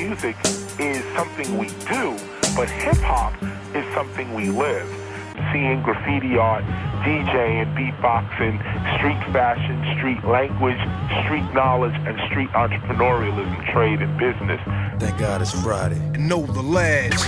music is something we do, but hip-hop is something we live. Seeing graffiti art, DJing, beatboxing, street fashion, street language, street knowledge, and street entrepreneurialism, trade, and business. Thank God it's Friday. And know the lads.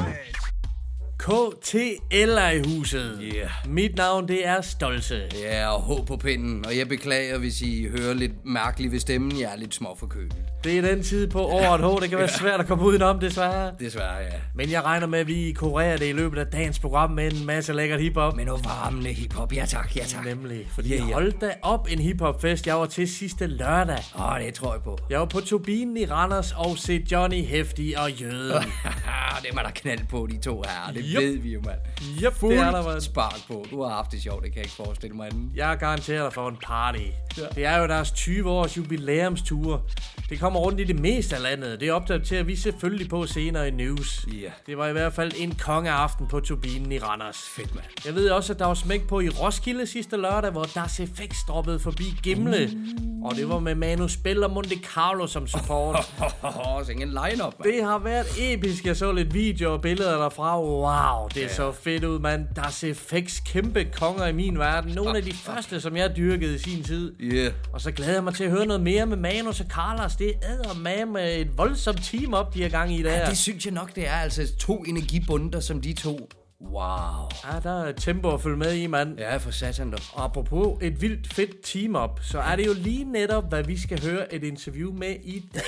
KTL er i huset. Yeah. Mit navn, det er Stolte. Ja, og H på pinden. Og jeg beklager, hvis I hører lidt mærkeligt ved stemmen. Jeg er lidt småforkølet. Det er den tid på året, H. Det kan være svært at komme udenom, desværre. Desværre, ja. Men jeg regner med, at vi kurerer det i løbet af dagens program med en masse lækkert hiphop. Men noget varmende hiphop. Ja tak, ja tak. Nemlig. Fordi hold da op en hiphopfest, jeg var til sidste lørdag. Det tror jeg på. Jeg var på Turbinen i Randers og se Johnny Hefti og Jøden. Det var der knald på, de to her. Det ved vi jo, mand. Yep, det er der, mand. Spark på. Du har haft det sjovt, det kan jeg ikke forestille mig anden. Jeg garanterer dig for en party. Ja. Det er jo deres 20 års jubilæumstur. Det kommer rundt i det meste af landet. Det opdaterer vi selvfølgelig på senere i news. Yeah. Det var i hvert fald en kongeaften på Turbinen i Randers. Fedt, mand. Jeg ved også, at der var smæk på i Roskilde sidste lørdag, hvor Das FX droppede forbi Gimle. Og det var med Manu Spell og Monte Carlo som support. Sådan en line-up, man. Det har været episk. Jeg så lidt video og billeder derfra. Wow, det så fedt ud, mand. Das FX, kæmpe konger i min verden. Nogle af de første, som jeg dyrkede i sin tid. Yeah. Og så glæder jeg mig til at høre noget mere med Manus og Carlos. Det er med et voldsomt team op, de her gang i dag. Ja, det synes jeg nok, det er. Altså 2 energibunder som de to. Wow. Ja, der er tempo at følge med i, mand. Ja, for satan da. Og apropos et vildt fedt team-up, så er det jo lige netop, hvad vi skal høre et interview med i dag.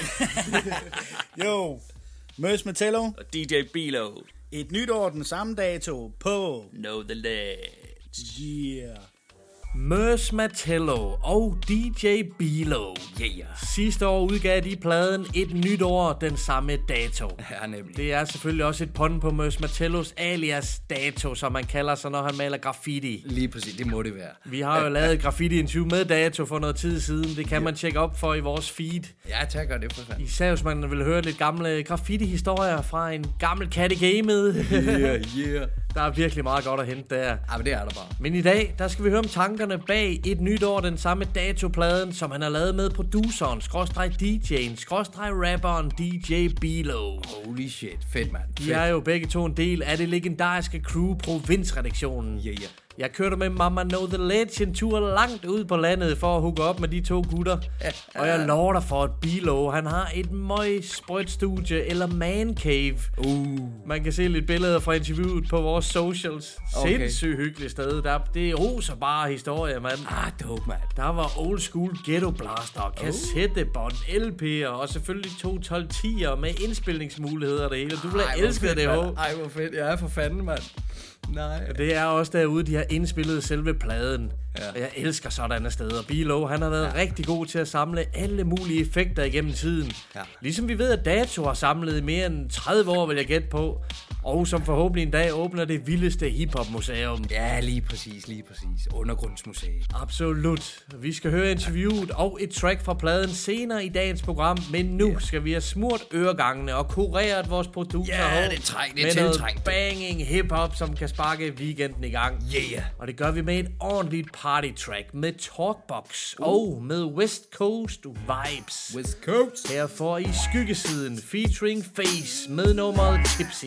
Jo, Møs Metallo og DJ Bilo. Et nyt år den samme dato på Know the Lads. Yeah. Møs Metallo og DJ Bilo. Yeah. Sidste år udgav de pladen Et Nyt År den samme dato. Ja, nemlig. Det er selvfølgelig også et pun på Møs Metallos alias Dato, som man kalder sig, når han maler graffiti. Lige præcis, det må det være. Vi har jo lavet et graffiti-interview med Dato for noget tid siden. Det kan man tjekke op for i vores feed. Ja, tak og det for fanden. Især hvis man vil høre lidt gamle graffiti-historier fra en gammel kat i gamet. Yeah. Der er virkelig meget godt at hente der. Ja, men det er der bare. Men i dag, der skal vi høre om tankerne bag Et Nyt År, den samme Dato-pladen, som han har lavet med produceren, /DJ'en, /rapperen DJ Bilo. Holy shit, fedt mand. De er jo begge to en del af det legendariske crew Provinsredaktionen. Yeah. Jeg kørte med Mama Know The Ledge en tur langt ud på landet for at hooke op med de to gutter. Og jeg lover dig for, at Bilo, han har et sprødt studie eller man cave. Man kan se lidt billeder fra interviewet på vores socials. Okay. Sindssygt hyggeligt sted. Det roser bare historie, mand. Dope, mand. Der var old school ghetto blaster, kassettebånd, LP'er og selvfølgelig 2 12-10'er med indspilningsmuligheder og det hele. Du ville have elsket det, H. Ej, hvor fedt. Jeg er for fanden, mand. Nej. Det er også derude, de har indspillet selve pladen. Ja. Og jeg elsker sådanne steder. Bilo, han har været rigtig god til at samle alle mulige effekter igennem tiden. Ja. Ligesom vi ved, at Dato har samlet i mere end 30 år, vil jeg gætte på. Og som forhåbentlig en dag åbner det vildeste hiphop-museum. Ja, lige præcis. Undergrundsmuseet. Absolut. Vi skal høre interviewet og et track fra pladen senere i dagens program. Men nu skal vi have smurt øregangene og kureret vores producer. Ja, det er med tiltrængt. Banging hiphop, som kan sparke weekenden i gang. Yeah. Og det gør vi med et ordentligt party-track med Talkbox og med West Coast Vibes. West Coast. Her får I Skyggesiden featuring Face med nummeret Tipsy.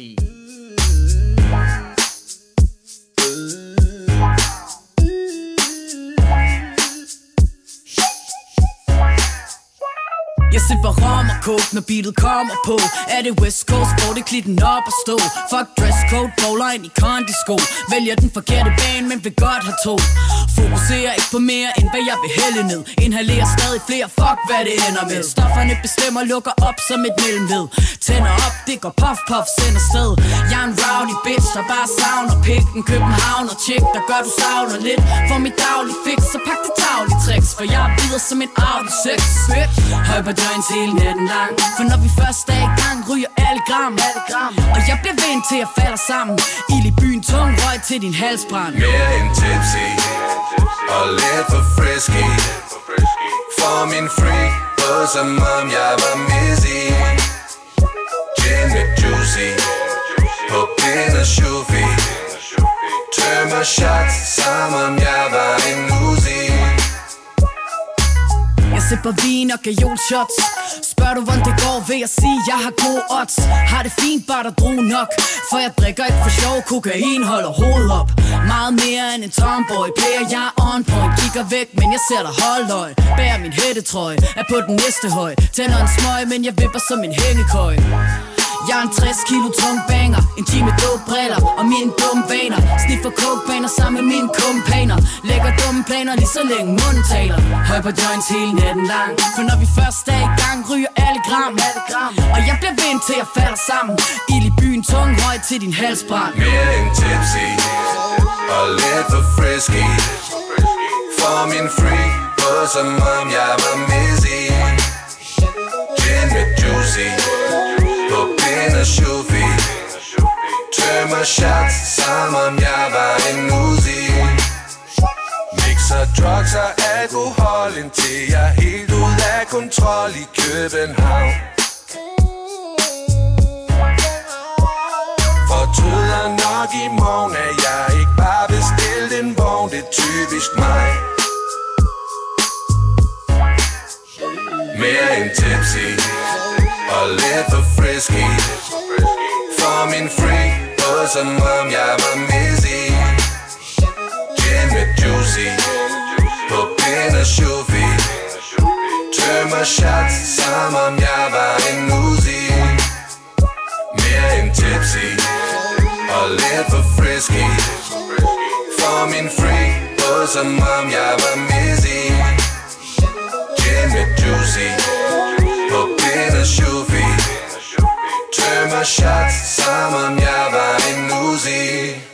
Jeg sipper rom og coke, når beatet kommer på. Er det West Coast, hvor det klitten op og stå. Fuck dresscode, bowler ind i kondisko. Vælger den forkerte bane, men vil godt have to. Fokuserer ikke på mere, end hvad jeg vil hælde ned. Inhalerer stadig flere, fuck hvad det ender med. Stofferne bestemmer, lukker op som et mellemled. Tænder op, det går puff puff, sender sted. Jeg er en rowdy bitch, der bare savner pik. En København og chick, der gør du savner lidt. For mit daglige fix, så pak det taglige tricks. For jeg er videre som en Audi 6. Høj på joints hele natten lang. For når vi først er i gang, ryger alle gram. Og jeg bliver ved til at falde sammen. Ild i byen, tung røg til din halsbrand. Mere end tipsy og lidt for frisky. For min freak på som om jeg var missy. Gin med juicy på pind og shufi. Tømmer shots som om jeg var en Uzi. Jeg sipper vin og gajolshots. Spørger du, hvordan det går, vil jeg sige, jeg har gode odds. Har det fint, bare der drog nok. For jeg drikker ikke for sjov, kokain holder hovedet op. Meget mere end en tomboy, player jeg on point. Kigger væk, men jeg ser dig holdøj. Bærer min hættetrøje, er på den næste høj. Tænder en smøg, men jeg vipper som en hængekøj. Jeg er en 60 kilo tung banger, en time med dope briller og mine dumme vaner. Sniffer cokebaner sammen med mine kumpaner. Lægger dumme planer lige så længe munden taler. Høj på joints hele natten lang, for når vi først er i gang, ryger alle gram. Og jeg bliver ved til at falde sammen. Ild i byen, tung høj til din halsbrand. Mere end tipsy og lidt for frisky. For min freak på som om jeg var missy. Gin med juicy på pind og shufi. Tømmer shots som om jeg var en Uzi. Mixer drugs og alkohol indtil jeg er helt ud af kontrol i København. Fortryder nok i morgen, at jeg ikke bare bestilte en vogn. Det er typisk mig. Mere end tipsy og lidt for frisky. For min freak på som om jeg var missy. Gin med juicy på pind og shufi. Tømmer shots som om jeg var en Uzi. Mere end tipsy og lidt for frisky. For min freak på som om jeg var missy. Gin med juicy på pind og shufi. Tømmer shots som om jeg var en Uzi.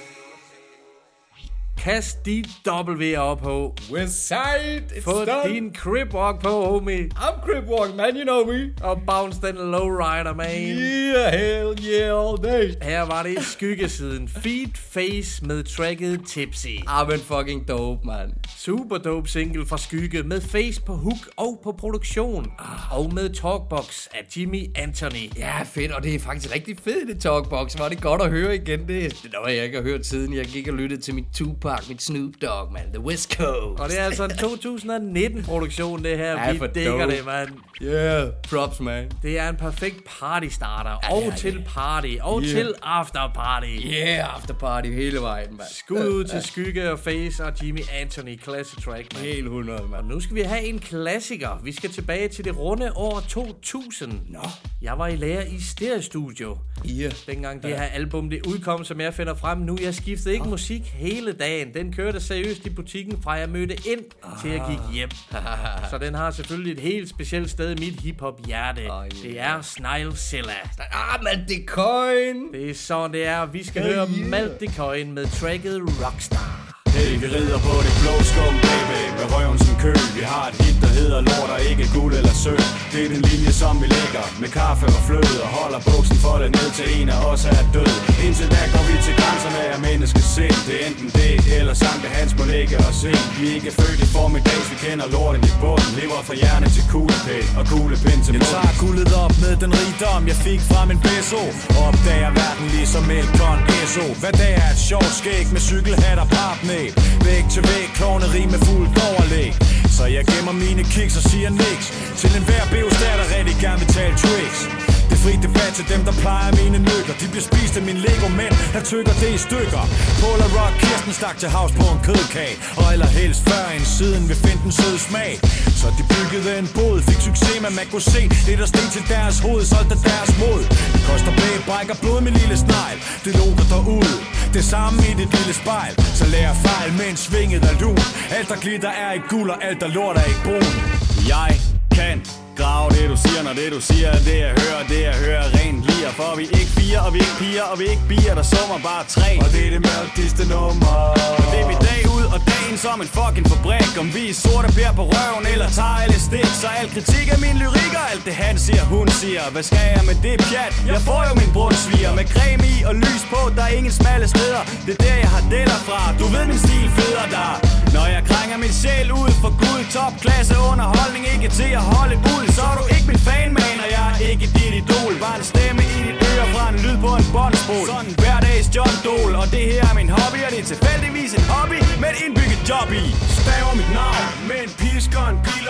Kast dit W op på. Westside, Få din crib walk på, homie. I'm crib walk, man, you know me. Og bounce den lowrider, man. Yeah, hell yeah, all day. Her var det skyggesiden. Feed Face med tracket Tipsy. Men fucking dope, man. Super dope single fra Skygge med Face på hook og på produktion. Og med Talkbox af Jimmy Anthony. Ja, fedt, og det er faktisk rigtig fedt, det Talkbox. Var det godt at høre igen, det noget, jeg ikke har hørt siden. Jeg gik og lyttede til mit Tupac, mit Snoop Dogg, man. The West Coast. Og det er altså en 2019-produktion, det her. Ja, vi for dækker dope. det, man. Yeah, props, man. Det er en perfekt party-starter. Og til party. Og til after-party. Yeah, after party hele vejen, man. Skud ud til Skygge og Face og Jimmy Anthony. Classic track, man. Helt 100, man. Og nu skal vi have en klassiker. Vi skal tilbage til det runde år 2000. Jeg var i lære i Stereostudio. Yeah. Dengang det her album det udkom, som jeg finder frem nu. Jeg skiftede ikke musik hele dagen. Den kørte seriøst i butikken, fra jeg mødte ind til jeg gik hjem. Så den har selvfølgelig et helt specielt sted i mit hiphop-hjerte. Det er Sneglezilia. Malte de Coin. Det er sådan det er. Vi skal høre Malte de Coin med tracket Rockstar. Hey, vi rider på det blå skum, baby, med røven som køl. Vi har et hit, der hedder lort og ikke guld eller sølv. Det er den linje, som vi lægger med kaffe og fløde, og holder buksen foldet ned til en af os er død. Indtil da går vi til grænserne af menneskesind. Det er enten det, eller Sankt Hans må lægge os ind. Vi er ikke født i formiddags, vi kender lorten i bunden. Lever fra hjerne til kuglepind og kuglepind til munden. Jeg tager guldet op med den rigdom, jeg fik fra min beso, og opdager verden ligesom Elkon SO. Hvad det er et sjovt skæg med cykelhat og papnæ. Væg til væg, klovneri med fuldt overlæg. Så jeg gemmer mine kicks og siger niks til enhver beostat, der rigtig gerne vil tale tricks. Det er fri debat til dem, der plejer mine nykker. De bliver spist af mine Lego-mænd, der tykker det i stykker. Polar Rock, Kirsten stak til havs på en kødkage, og allerhelst før en siden vil finde den søde smag. Så de byggede en båd, fik succes, men man kunne se det, der steg til deres hoved, solgte deres mod. Det koster brækker blod med lille snegl, det lukker derud. Det samme i dit lille spejl, så lærer fejl, mens svinget er lun. Alt der glitter er ikke guld, og alt der lort er ikke brun. Jeg kan grave det du siger, når det du siger det jeg hører rent lier. For vi ikke fire, og vi ikke piger, og vi ikke bier, der summer bare tre. Og det er det mørkeste nummer. Og det er vi dag ud og dagen som en fucking fabrik. Om vi er sorte bær på røven eller tager alle stik. Så al kritik af min lyrik og alt det han siger, hun siger. Hvad skal jeg med det pjat? Jeg får jo min brunsviger med creme i og lys på, der er ingen smalle steder. Det er der jeg har deler fra, du ved min stil feder der. Når jeg krænger min sjæl ud for guld, topklasse underholdning, ikke til at holde ud. Så er du ikke min fanman, og jeg er ikke dit idol. Bare en stemme i dit øre fra en lyd på en båndspol. Sådan hverdags John Dole, og det her er min hobby. Og det er tilfældigvis en hobby med et indbygget job i. Staver mit navn med en pisk og en piller.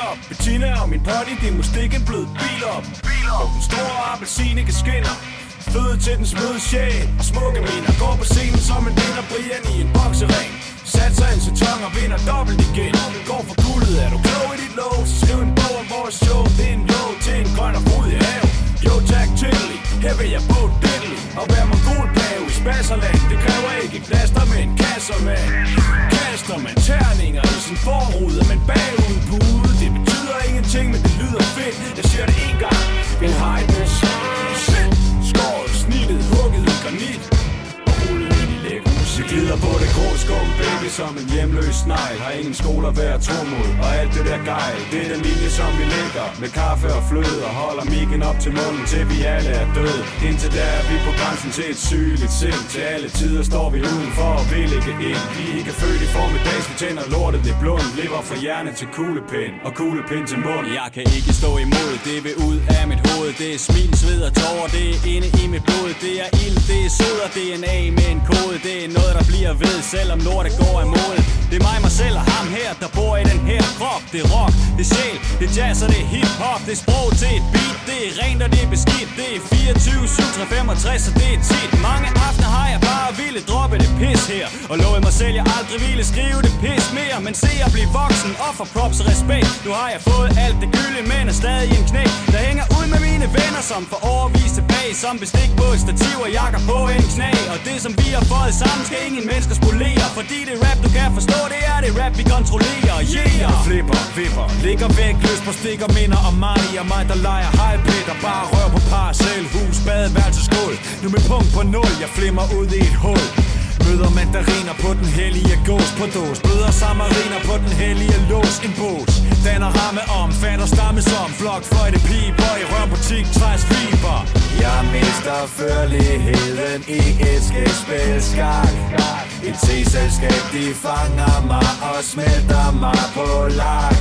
op. Bettina og min pony, det må stikke en blød bil op. Og den store appelsinike skinner. Føde til den smøde sjæl. Og smukke miner går på scenen som en vinder. Brian i en boksering. Satser en sæton og vinder dobbelt igen. Går for guldet, er du klog i dit lov? Så skriv en bog om vores show. Det er en lov til en grøn og frodig have. Jo tak Tiddly, her vil jeg bo diddly. Og være mongolpave i Spasserland. Det kræver ikke plaster, men kasser man. Kaster man terninger i sin forrude, men bagud på ude. Det betyder ingenting, men det lyder fedt. Jeg siger det en gang. En highness. Shit. Skåret, snittet, hugget i granit. Og rullet ind i lækker musik. Vi glider på det grå skum, baby, som en hjemløs snegl. Har ingen skoler ved at tro mod, og alt det der gejl. Det er den linje, som vi lægger med kaffe og fløde. Og holder mikken op til munden, til vi alle er døde. Indtil der er vi på grænsen til et sygeligt sind. Til alle tider står vi udenfor og vil ikke ind. Vi er ikke født i formiddags, vi tænder lortet, det blund. Lever fra hjerne til kuglepind, og kuglepind til mund. Jeg kan ikke stå imod, det vil ud af mit hoved. Det er smil, sved og tårer, det er inde i mit blod. Det er ild, det er sod og DNA med en kode. Det er noget, der bliver ved, selvom lortet går af mode. Det er mig selv og ham her, der bor i den her krop. Det er rock, det er sjæl, det er jazz og det er hip-hop. Det er sprog til et beat, det er rent og det er beskidt. Det er 24, 7, 365 og det er tit. Mange aftener har jeg bare ville droppe det pis her. Og lovede mig selv, jeg aldrig ville skrive det pis mere. Men se at blive voksen og for props og respekt. Nu har jeg fået alt det gylde, men er stadig en knæk. Der hænger ud med mine venner, som for overvis tilbage. Som bestik på et stativ og jakker på en knæ. Og det som vi har fået sammen, skal ingen mennesker spolere. Fordi det rap du kan forstå, det er det rap vi kontrollerer. Yeah! Flipper, vipper, ligger væk, løs på stikker, minder om mig og mig, der leger hejpletter. Bare rør på parcelhus, badeværelseskål. Nu med punkt på 0, jeg flimmer ud i et hul. Møder mandariner på den hellige gås på dås. Bløder samariner på den hellige lås. En bås danner ramme om, fatter stamme som flok, fløjte, piber i rørbutik, træs fiber. Jeg mister førligheden i et skægspil skak. Et C-selskab, de fanger mig og smelter mig på lak.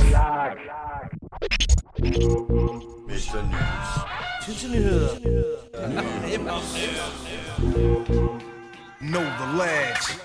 Mr. News. Tidsnyheder. Know the lads.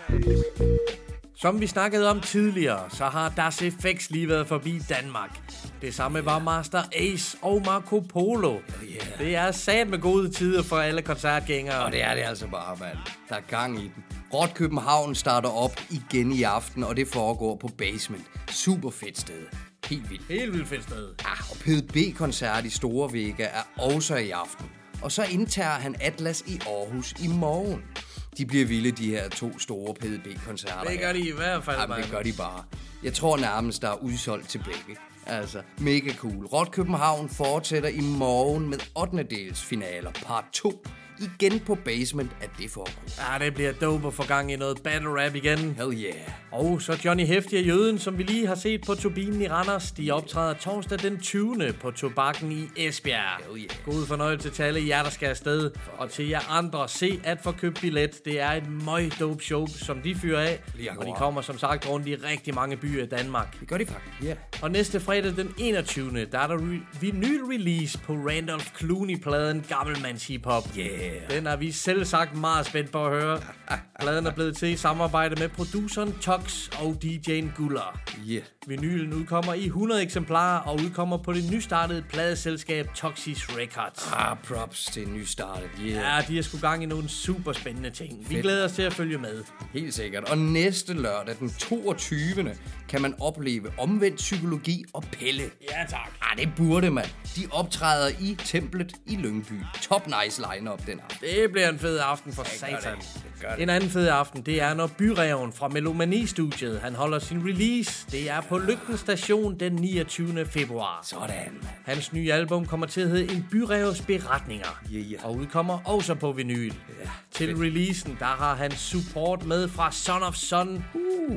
Som vi snakkede om tidligere, så har Das FX lige været forbi Danmark. Det samme var Master Ace og Marco Polo. Det er sat med gode tider for alle koncertgængere. Og det er det altså bare, mand. Der er gang i den. Rock København starter op igen i aften, og det foregår på Basement. Super fedt sted. Helt vildt. Helt vildt fedt sted. Og PDB-koncert i Store Vega er også i aften. Og så indtager han Atlas i Aarhus i morgen. De bliver vilde, de her to store PDB-koncerter. Det gør de i hvert fald, man. Det gør de bare. Jeg tror nærmest, der er udsolgt til begge. Altså, mega cool. Rock København fortsætter i morgen med 8. finaler, part 2. Igen på Basement, at det foregår. Ja, det bliver dope at få gang i noget battle rap igen. Hell yeah. Og så Johnny Hefti og Jøden, som vi lige har set på Turbinen i Randers. De optræder torsdag den 20. på Tobakken i Esbjerg. Hell yeah. God fornøjelse til alle jer, der skal afsted. Og til jer andre, se at få købt billet. Det er et møg dope show, som de fyrer af. Og de kommer som sagt rundt i rigtig mange byer i Danmark. Det gør de faktisk, ja. Yeah. Og næste fredag den 21. der er der vinyl-release på Randolph Clooney-pladen Gammelmands Hip-Hop. Yeah. Den er vi selv sagt meget spændt på at høre. Pladen er blevet til i samarbejde med produceren Tux og DJ'en Guller. Yeah. Vinylen udkommer i 100 eksemplarer og udkommer på det nystartede pladeselskab Toxis Records. Props til nystartet. Yeah. Ja, de har sgu gang i nogle super spændende ting. Vi glæder os til at følge med. Helt sikkert. Og næste lørdag, den 22. kan man opleve Omvendt Psykologi og Pelle. Ja, tak. Det burde man. De optræder i Templet i Lyngby. Top nice line-up den aften. Det bliver en fed aften for satan. En anden fed aften, det er når Byreven fra Melomani-studiet, han holder sin release. Det er på Lygten Station den 29. februar. Sådan, man. Hans nye album kommer til at hedde En Byrevs Beretninger. Yeah. Og udkommer også på vinyl. Yeah. Til releasen, der har han support med fra Son of Son,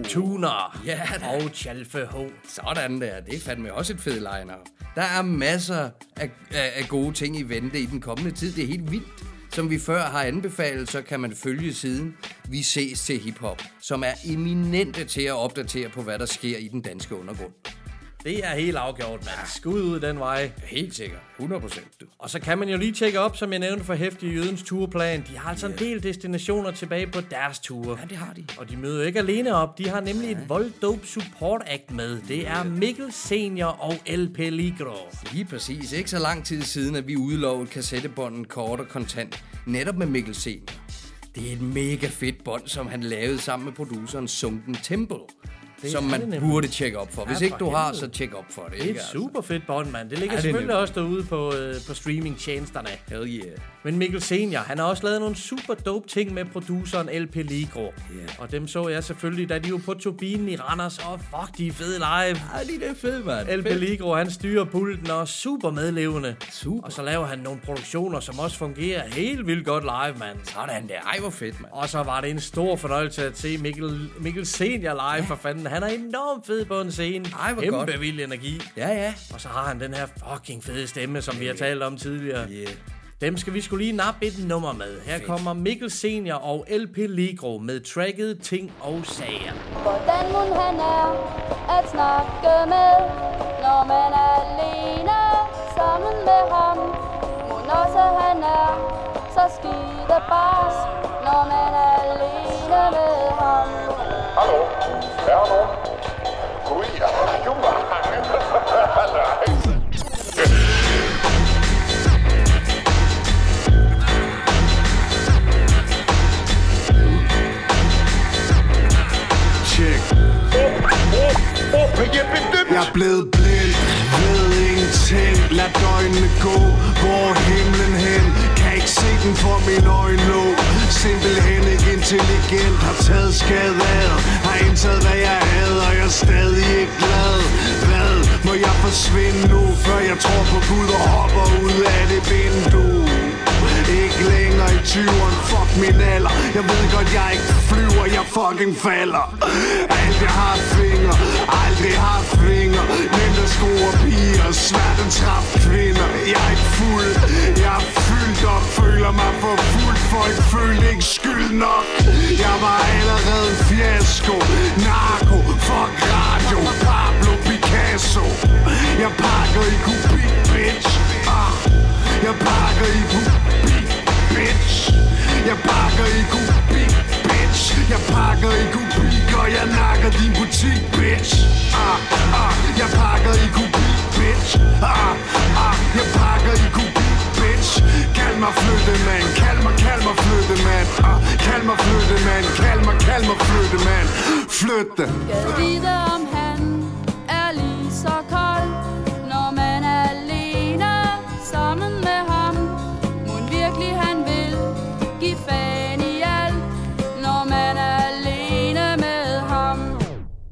Tuner og Chalfe H. Sådan der. Det er fandme også et fed line-up. Der er masser af gode ting i vente i den kommende tid. Det er helt vildt. Som vi før har anbefalet, så kan man følge siden Vi ses til hiphop, som er eminente til at opdatere på, hvad der sker i den danske undergrund. Det er helt afgjort, mand. Skud ud den vej. Helt sikkert. 100%. Og så kan man jo lige tjekke op, som jeg nævnte for Heftige Jødens turplan. De har altså en del destinationer tilbage på deres ture. Ja, det har de. Og de møder jo ikke alene op. De har nemlig et Volddope Support Act med. Det er Mikkel Senior og El Peligro. Lige præcis. Ikke så lang tid siden, at vi udlovede kassettebånden kort og kontant. Netop med Mikkel Senior. Det er et mega fedt bånd, som han lavede sammen med produceren Sunken Temple. Som man burde tjekke op for. Hvis ikke du har, så tjek op for det. Det er et super fedt bånd, mand. Det ligger selvfølgelig også derude på streamingtjenesterne. Hell yeah. Men Mikkel Senior, han har også lavet nogle super dope ting med produceren El Peligro. Yeah. Og dem så jeg selvfølgelig, da de var på turbinen i Randers. Og fuck, de er fede live. Ja, det er fedt, mand. El Peligro, han styrer pulten og super medlevende. Super. Og så laver han nogle produktioner, som også fungerer helt vildt godt live, mand. Sådan der. Ej, hvor fedt, mand. Og så var det en stor fornøjelse at se Mikkel Senior live, for fanden. Han er enormt fed på en scene. Ej, hvor godt. Kæmpe vild energi. Ja. Og så har han den her fucking fede stemme, som vi har talt om tidligere. Yeah. Dem skal vi skulle lige nappe et nummer med. Her kommer Mikkel Senior og El Peligro med tracket Ting og Sager. Hvordan mon han er at snakke med, når man er alene sammen med ham. Mon også han er så skide barsk, når man er alene med ham. Hallo, er der nogen? Gud, jeg har jo mange. Jeg er blevet blind, ved ingenting. Lad døgnene gå, hvor himlen hen. Kan ikke se den for min øjenlåg. Simpelthen ikke intelligent, har taget skade af. Har indtaget hvad jeg havde, og jeg er stadig ikke glad. Hvad må jeg forsvinde nu, før jeg tror på Gud og hopper ud af det vindue? Ikke længere i 20'eren, fuck min alder. Jeg ved godt, jeg ikke flyver, jeg fucking falder. Alt jeg har fingre, aldrig har fingre. Nemt at score piger, svært at træffe kvinder. Jeg er ikke fuld, jeg er fyldt op. Føler mig for fuld, folk følte ikke skyld nok. Jeg var allerede en fiasko. Narko, fuck radio, Pablo Picasso. Jeg pakker i kubik, bitch. Jeg pakker i kubik, bitch. Jeg pakker i kubik, bitch. Jeg pakker i kubik, og jeg nakker din butik, bitch. Jeg pakker i kubik, bitch. Jeg pakker i kubik, bitch. Kald mig flyttemand, kald mig flyttemand. Kald mig flyttemand, kald mig flyttemand. Flytte. Gad vide om han er lige så kold, når man er alene sammen med ham. Mon virkelig han vil give fan i alt, når man er alene med ham.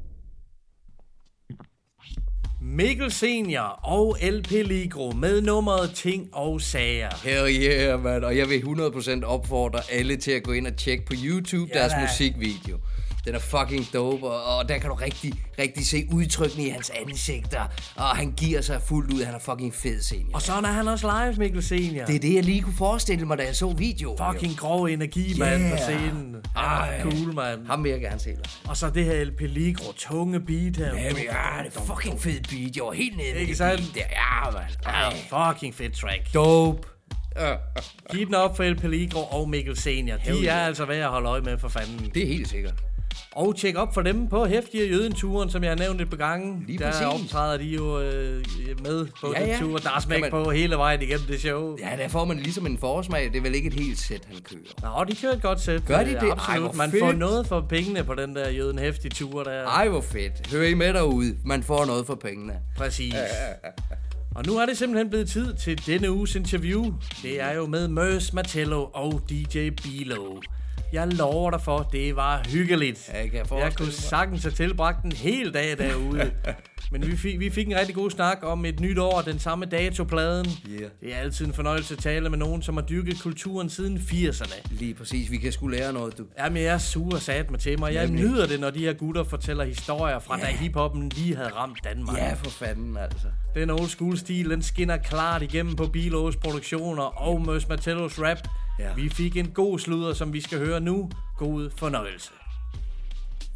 Mikkel Senior og El Peligro med nummeret Ting og Sager. Hell yeah, man. Og jeg vil 100% opfordre alle til at gå ind og tjekke på YouTube deres musikvideo. Den er fucking dope, og der kan du rigtig se udtrykkene i hans ansigter. Og han giver sig fuldt ud, han er fucking fed senior. Og sådan er han også live, Mikkel Senior. Det er det, jeg lige kunne forestille mig, da jeg så video. Fucking grov energi, mand, på scenen. Cool, mand. Ham vil jeg gerne se. Og så det her El Peligro, tunge beat her. Ja, det er fucking fed beat. Jeg var helt nede med ikke det sandt? beat der. Ja, fucking fed track. Dope. Giv den op for El Peligro og Mikkel Senior. De er altså værd at holde øje med for fanden. Det er helt sikkert. Og tjek op for dem på Heftige Jøden-turen, som jeg har nævnt et par gange. Lige der præcis. optræder de jo med på den tur. Der er smæk på hele vejen igennem det show. Ja, der får man ligesom en forsmag. Det er vel ikke et helt sæt, han kører. Nå, de kører et godt sæt. Gør de det? Absolut. Man får noget for pengene på den der Jøden Heftige tur der. Ej, hvor fedt. Hør I med derude. Man får noget for pengene. Præcis. Og nu er det simpelthen blevet tid til denne uges interview. Det er jo med Mørs Martello og DJ Bilo. Jeg lover dig for, det var hyggeligt. Jeg kunne sagtens have tilbragt en hel dag derude. Men vi fik en rigtig god snak om et nyt år, den samme datopladen. Yeah. Det er altid en fornøjelse at tale med nogen, som har dyrket kulturen siden 80'erne. Lige præcis, vi kan sgu lære noget, du. Jamen, jeg er sur sat mig til mig. Jeg nyder det, når de her gutter fortæller historier fra da hiphoppen lige havde ramt Danmark. Ja, for fanden altså. Den old school stil, den skinner klart igennem på Bilos produktioner og Mørs Martellos rap. Ja. Vi fik en god sludder, som vi skal høre nu. God fornøjelse.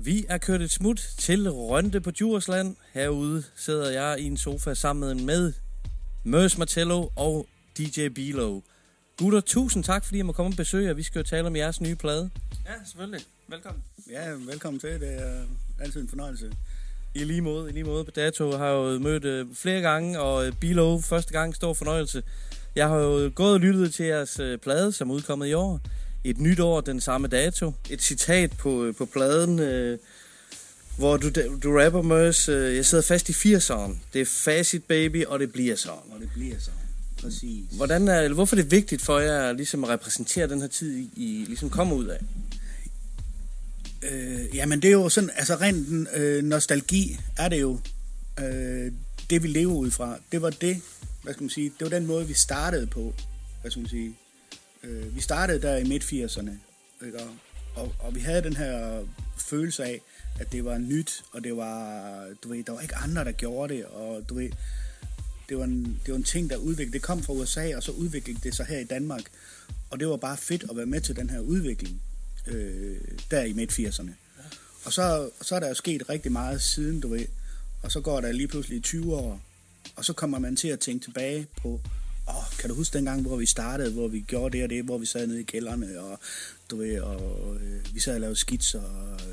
Vi er kørt et smut til Rønde på Djursland. Herude sidder jeg i en sofa sammen med Møs Martello og DJ Bilo. Gutter, tusind tak, fordi I må komme og besøge jer. Vi skal jo tale om jeres nye plade. Ja, selvfølgelig. Velkommen. Ja, velkommen til. Det er altid en fornøjelse. I lige måde. Dato har jo mødt flere gange, og Bilo første gang stor fornøjelse. Jeg har jo gået og lyttet til jeres plade, som er udkommet i år. Et nyt år, den samme dato. Et citat på pladen, hvor du rapper, Møs. Jeg sidder fast i 80'eren. Det er facit, baby, og det bliver sådan. Præcis. Hvorfor er det vigtigt for jer ligesom at repræsentere den her tid, I ligesom kommer ud af? Jamen det er jo sådan, altså rent nostalgi er det jo det vi lever ud fra. Det var det, hvad skal man sige, det var den måde vi startede på, hvad skal man sige. Vi startede der i midt-80'erne, og vi havde den her følelse af, at det var nyt, og det var, der var ikke andre, der gjorde det, og det var en ting, der udviklede. Det kom fra USA, og så udviklede det sig her i Danmark, og det var bare fedt at være med til den her udvikling, der i midt-80'erne. Og så er der jo sket rigtig meget siden, og så går der lige pludselig 20 år, og så kommer man til at tænke tilbage på, kan du huske dengang, hvor vi startede, hvor vi gjorde det og det, hvor vi sad nede i kælderne, og vi sad og lavede skitser,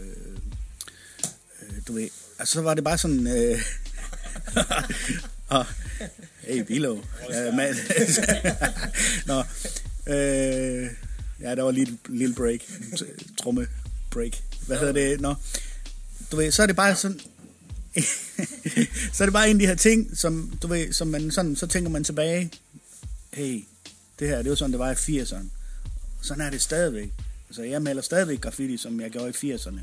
og altså så var det bare sådan, hey Bilo, man, ja, der var lige lille break, tromme break, hvad hedder det, så er det bare sådan, så er det bare en af de her ting, som man sådan, så tænker man tilbage, hey, det her, det var sådan, det var i 80'erne. Sådan er det stadigvæk. Altså, jeg maler stadigvæk graffiti, som jeg gjorde i 80'erne.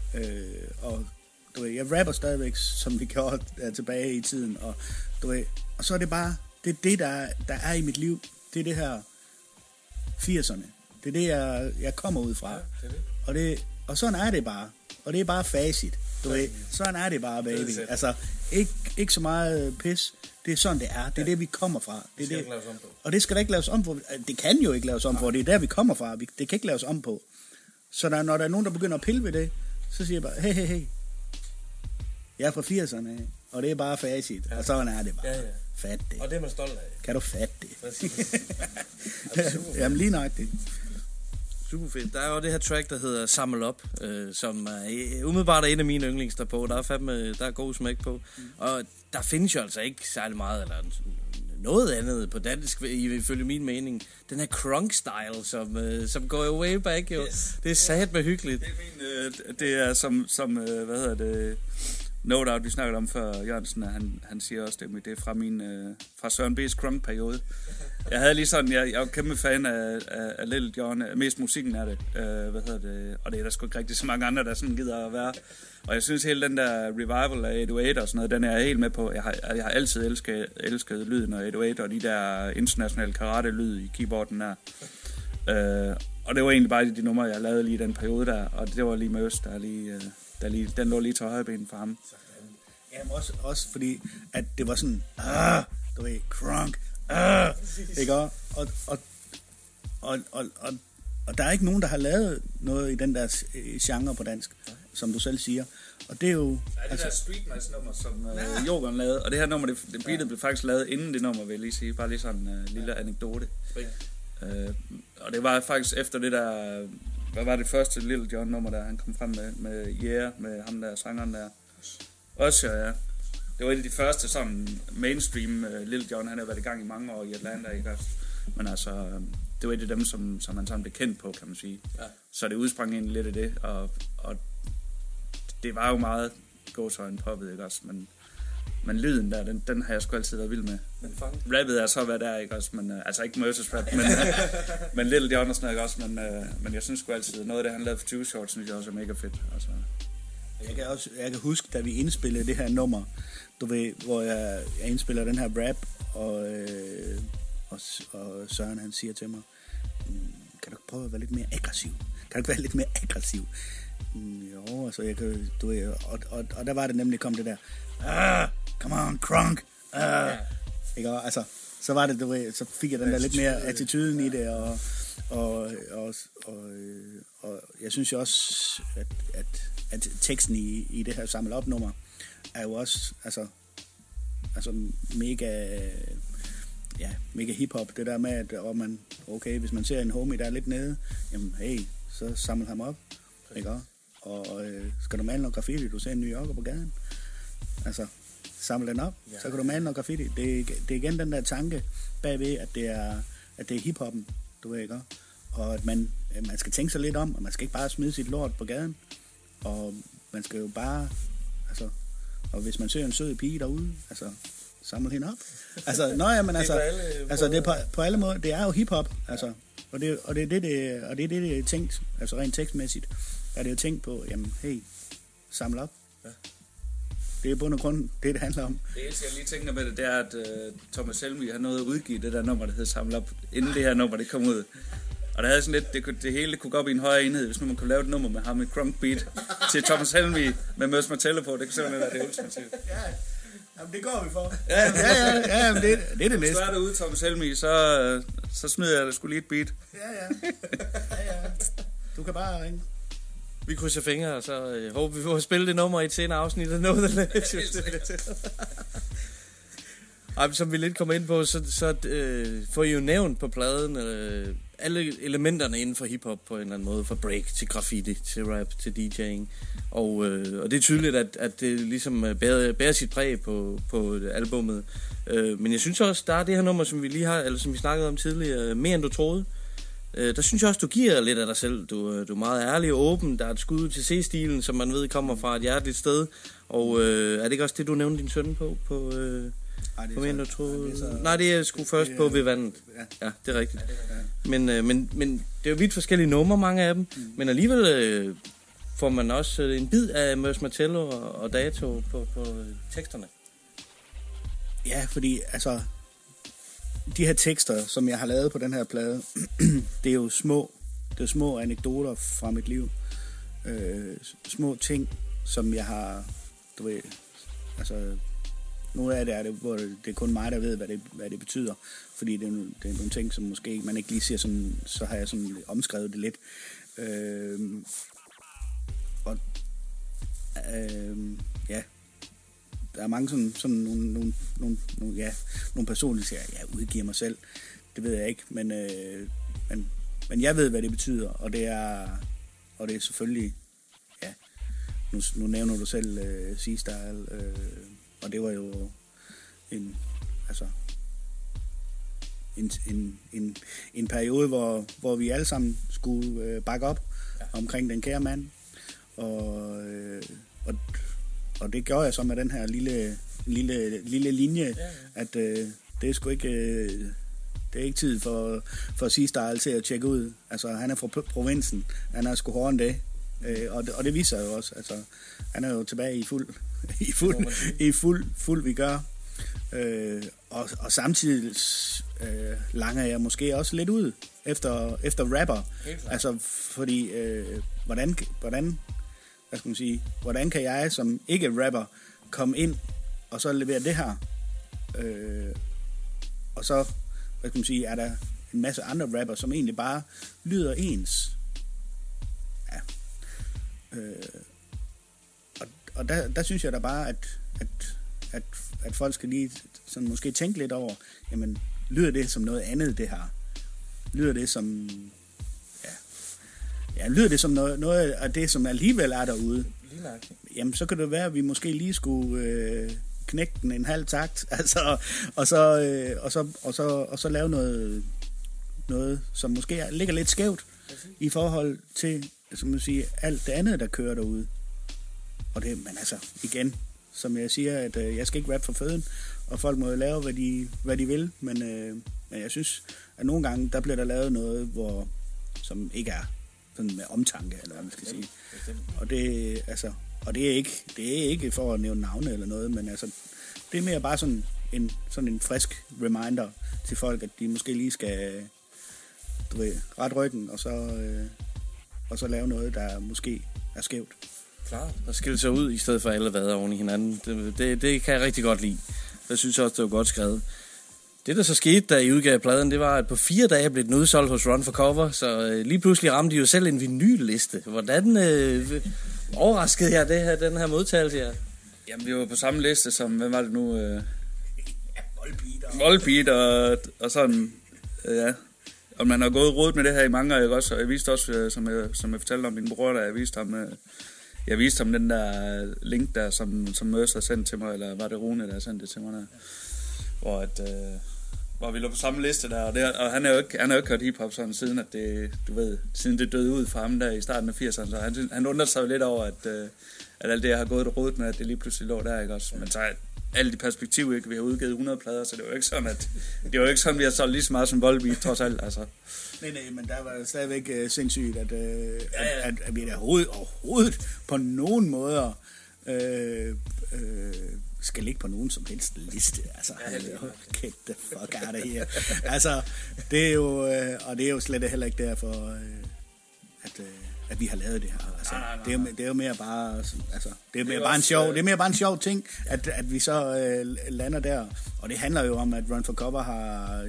Og jeg rapper stadigvæk, som vi gjorde tilbage i tiden. Og så er det bare, det er det, der er i mit liv. Det er det her 80'erne. Det er det, jeg kommer ud fra. Og sådan er det bare. Og det er bare facit. Sådan er det bare, baby. Altså, ikke så meget pis. Det er sådan, det er. Det er det, vi kommer fra. Det er det. Og det skal der ikke laves om på. Det kan jo ikke laves om på. Det er der, vi kommer fra. Det kan ikke laves om på. Så når der er nogen, der begynder at pille ved det, så siger jeg bare, hey. Jeg er fra 80'erne, og det er bare facit. Og sådan er det bare. Ja. Fat det. Og det er man stolt af. Kan du fatte det? Jamen lige nøjagtigt. Super fedt. Der er jo det her track, der hedder Samle Op, som er umiddelbart en af mine yndlings der på. Der er god smæk på. Og der findes jo altså ikke særlig meget, eller noget andet på dansk, ifølge min mening. Den her crunk-style, som går jo way back, jo. Yes. Det er sat med hyggeligt. Det er som hvad hedder det, No Doubt, vi snakkede om før, Jørgensen, han siger også, det er fra Søren B's crunk-periode. Jeg havde lige sådan, jeg er jo kæmpe fan af Lil Jon, mest musikken af det, og det er der sgu ikke rigtig så mange andre, der sådan gider at være. Og jeg synes hele den der revival af 808 og sådan noget, den er jeg helt med på. Jeg har altid elsket lyden af 808 og de der internationale karate-lyd i keyboarden der. Og det var egentlig bare de numre, jeg lavede lige i den periode der, og det var lige Møs, den lå lige til højreben for ham. Jamen også fordi, at det var sådan, crunk, ikke? Og der er ikke nogen, der har lavet noget i den der genre på dansk, som du selv siger. Og det er jo... Ja, det der Street Nice nummer, som Jokeren lavede, og det her nummer, det beatet blev faktisk lavet inden det nummer, vil jeg lige sige. Bare lige sådan en lille anekdote. Og det var faktisk efter det der... Hvad var det første Lil Jon nummer, der han kom frem med Yeah, med ham der, sangeren der. Også, ja. Det var et af de første sådan mainstream Lil Jon, han har været i gang i mange år i Atlanta, ikke også? Men altså, det var et af dem, som han sådan blev kendt på, kan man sige. Ja. Så det udsprang egentlig lidt af det, og det var jo meget gåsøjne poppet, ikke også? Men lyden der, den har jeg sgu altid været vild med. Rappet er så hvad der, ikke også? Men, altså ikke Moses rap, men Lil Jon og sådan noget, ikke også? Men jeg synes sgu altid, noget af det, han lavede for 20 Short, synes jeg også er mega fedt. Altså. Jeg kan huske, da vi indspillede det her nummer, hvor jeg indspiller den her rap, og Søren han siger til mig, kan du prøve at være lidt mere aggressiv? Kan du ikke være lidt mere aggressiv? Jo, altså jeg kan, og der var det nemlig kom det der, come on, crunk, ikke? Altså, så var det, så fik jeg den der lidt mere attituden i det, Og jeg synes jo også, at teksten i det her samle op nummer er jo også altså mega hiphop. Det der med, at hvis man ser en homie, der er lidt nede, jamen hey, så samle ham op, ikke? Og skal du male noget graffiti, du ser en New Yorker på gaden, altså samle den op, så kan du male noget graffiti. Det er igen den der tanke bagved, at det er hiphoppen, du ved, ikke? Og at man skal tænke sig lidt om, og man skal ikke bare smide sit lort på gaden, og man skal jo bare, altså, og hvis man ser en sød pige derude, altså, samle hende op. Altså, det er på alle måder, det er jo hiphop, altså, og det er det er tænkt, altså rent tekstmæssigt, er det jo tænkt på, jamen, hey, samle op. Ja. Det er bund og grund det handler om. Det eneste, jeg lige tænker med det er, at Thomas Helmig har noget at udgive det der nummer, der hedder Samle Op, inden det her nummer, det kom ud. Og der havde sådan lidt, det hele kunne gå op i en højere enhed, hvis nu man kunne lave et nummer med ham, et crunk beat, til Thomas Helmig med Møs Martello på. Det kan simpelthen være det ultimative. Ja, jamen det går vi for. Ja, men det er det næste. Hvis du er derude, Thomas Helmig, så smider jeg dig sgu lige et beat. Ja. Du kan bare ringe. Vi krydser fingre, og så håber vi får spille det nummer i et senere afsnit af noget, der Ej, som vi lidt kommer ind på, så får I jo nævnt på pladen alle elementerne inden for hiphop på en eller anden måde, fra break til graffiti, til rap, til DJ'ing. Og det er tydeligt, at det ligesom bærer sit præg på albummet. Men jeg synes også, der er det her nummer, som vi lige har, eller som vi snakkede om tidligere, Mere end du troede. Der synes jeg også, du giver lidt af dig selv. Du er meget ærlig og åben. Der er et skud til C-stilen, som man ved kommer fra et hjerteligt sted. Og er det ikke også det, du nævnte din søn på Mere end du troede? Nej, det er sgu først på Ved Vandet. Ja, det er rigtigt. Men det er jo vidt forskellige numre, mange af dem. Men alligevel får man også en bid af Møs Martello og Dato på teksterne. Ja, fordi altså de her tekster, som jeg har lavet på den her plade, det er jo små anekdoter fra mit liv. Små ting, som jeg har, du ved, altså nogle af det er det, hvor det er kun mig, der ved, hvad det betyder. Fordi det er nogle ting, som måske man ikke lige siger sådan, så har jeg sådan omskrevet det lidt. Ja, der er mange sådan nogle personer, der siger, jeg udgiver mig selv. Det ved jeg ikke, men jeg ved, hvad det betyder, og det er selvfølgelig, ja, nu nævner du selv C-Style, og det var jo en periode, hvor vi alle sammen skulle bakke op omkring den kære mand, og det gjorde jeg så med den her lille linje, at det er sgu ikke det er ikke tid for C-Style til at tjekke ud. Altså han er fra provinsen, han er sgu hårdere end det, og det viser jo også. Altså han er jo tilbage i fuld vi gør, og samtidig langer jeg måske også lidt ud efter rapper. Altså fordi hvordan hvad skal man sige, hvordan kan jeg som ikke rapper komme ind og så levere det her, og så hvad skal man sige, er der en masse andre rapper, som egentlig bare lyder ens. Ja. Og der synes jeg da bare, at folk skal lige sådan måske tænke lidt over, jamen, lyder det som noget andet, det her? Lyder det som... Ja, lyder det som noget af det, som alligevel er derude? Jamen, så kan det være, at vi måske lige skulle knække den en halv takt, altså, og så lave noget, som måske ligger lidt skævt i forhold til, som man siger, alt det andet, der kører derude. Og det, men altså, igen, som jeg siger, at jeg skal ikke rappe for føden, og folk må jo lave, hvad de vil, men jeg synes, at nogle gange, der bliver der lavet noget, som ikke er sådan med omtanke, eller hvad man skal sige. Og det, altså, og det er ikke for at nævne navne eller noget, men altså, det er mere bare sådan en frisk reminder til folk, at de måske lige skal, du ved, ret ryggen, og så lave noget, der måske er skævt. Klart, og skille sig ud, i stedet for alle vader oven i hinanden. Det kan jeg rigtig godt lide. Jeg synes også, det var godt skrevet. Det, der så skete, da I udgav pladen, det var, at på 4 dage blev den udsolgt hos Run for Cover, så lige pludselig ramte de jo selv en vinylliste. Hvordan overraskede jeg den her modtagelse her? Jamen, vi var på samme liste som, hvad var det nu? Volbeat og sådan, ja. Og man har gået rodet med det her i mange år, også. Og jeg viste også, som jeg fortalte om min bror, der jeg viste ham den der link der, som Mørs har sendt til mig, eller var det Rune, der har sendt det til mig der. Hvor vi lå på samme liste der, og han har jo ikke hørt hiphop sådan siden, at det, du ved, siden det døde ud fra ham der i starten af 80'erne, så han undrede sig jo lidt over, at alt det, jeg har gået og rodet med, at det lige pludselig lå der, ikke også? Men så alle de perspektiver, ikke? Vi har udgivet 100 plader, så det var jo ikke sådan, vi har solgt lige så meget som Volbeat, trods alt, altså. Nej, men der var stadigvæk sindssygt, at vi der overhovedet på nogen måder skal ligge på nogen som helst liste. Altså, get the fuck out of here. Altså, det er jo, og det er jo slet heller ikke derfor, at vi har lavet det her. Altså, nej. Det er jo mere bare, altså, det er mere bare en sjov ting, at vi så lander der. Og det handler jo om, at Run for Cover har,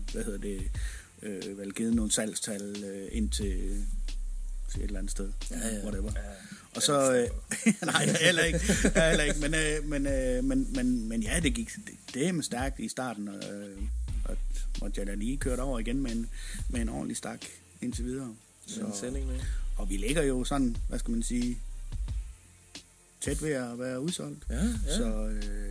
vel givet nogle salgstal ind til et eller andet sted. Whatever. Og så nej, heller ikke. Men ja, det gik det med stærkt i starten, og måtte jeg da lige kørt over igen med en ordentlig stak indtil videre. Og vi ligger jo sådan, hvad skal man sige, tæt ved at være udsolgt. Ja. Så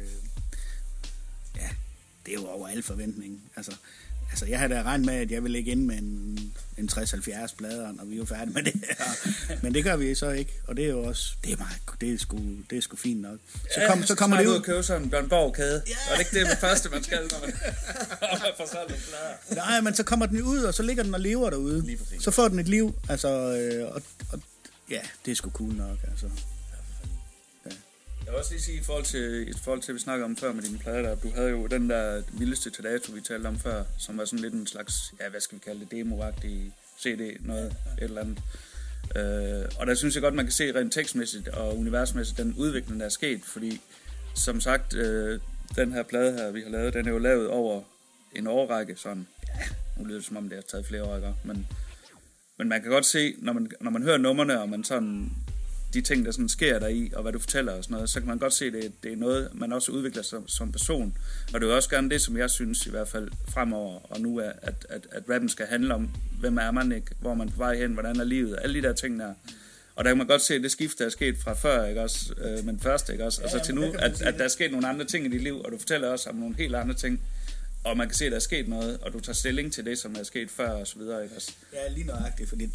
ja, det er jo over al forventning. Altså, jeg havde da regnet med, at jeg ville ligge ind med en 60-70 plader, når vi er færdige med det her. Men det gør vi så ikke, og det er jo også, det er sgu fint nok. Så kommer det ud og købe sådan en Bjørn Borg-kæde. Og det er ikke det første, man skal, når man får sådan nogle plader. Nej, men så kommer den ud, og så ligger den og lever derude. Så får den et liv, altså, og ja, det er sgu cool nok, altså. Jeg vil også lige sige, i forhold til, vi snakkede om før med dine plader der, du havde jo den der vildeste til dato, vi talte om før, som var sådan lidt en slags, ja, hvad skal vi kalde det, demo-agtig CD, noget, et eller andet. Og der synes jeg godt, man kan se rent tekstmæssigt og universmæssigt den udvikling, der er sket, fordi som sagt, den her plade her, vi har lavet, den er jo lavet over en årrække, sådan, ja, nu lyder det som om det har taget flere år, ikke? Men man kan godt se, når man hører numrene, og man sådan de ting, der sådan sker der i, og hvad du fortæller og sådan noget, så kan man godt se, at det er noget, man også udvikler som person. Og det er også gerne det, som jeg synes i hvert fald fremover, og nu er, at rappen skal handle om, hvem er man, ikke? Hvor man er på vej hen, hvordan er livet, alle de der ting der. Og der kan man godt se, at det skift, der er sket fra før, ikke også? Men først, ikke også? Og så til nu, at der er sket nogle andre ting i dit liv, og du fortæller også om nogle helt andre ting. Og man kan se, at der er sket noget, og du tager stilling til det, som er sket før, og så videre, ikke også? Ja, lige nøjagtigt, fordi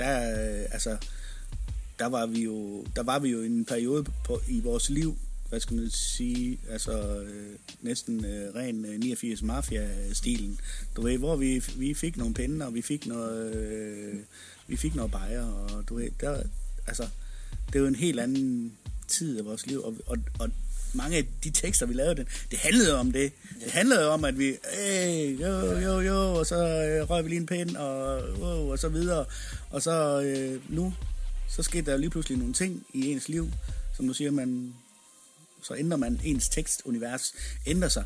der var vi jo i en periode i vores liv, hvad skal man sige, altså næsten ren 89 mafia-stilen. Du ved, hvor vi fik nogle pinde, og vi fik noget bajer, og du ved, det er jo en helt anden tid af vores liv, og mange af de tekster, vi lavede, det handlede om det. Det handlede om, at vi, jo, og så røg vi lige en pind, og så videre. Og så nu, så skete der lige pludselig nogle ting i ens liv, som du siger, så ændrer man ens tekstunivers, ændrer sig.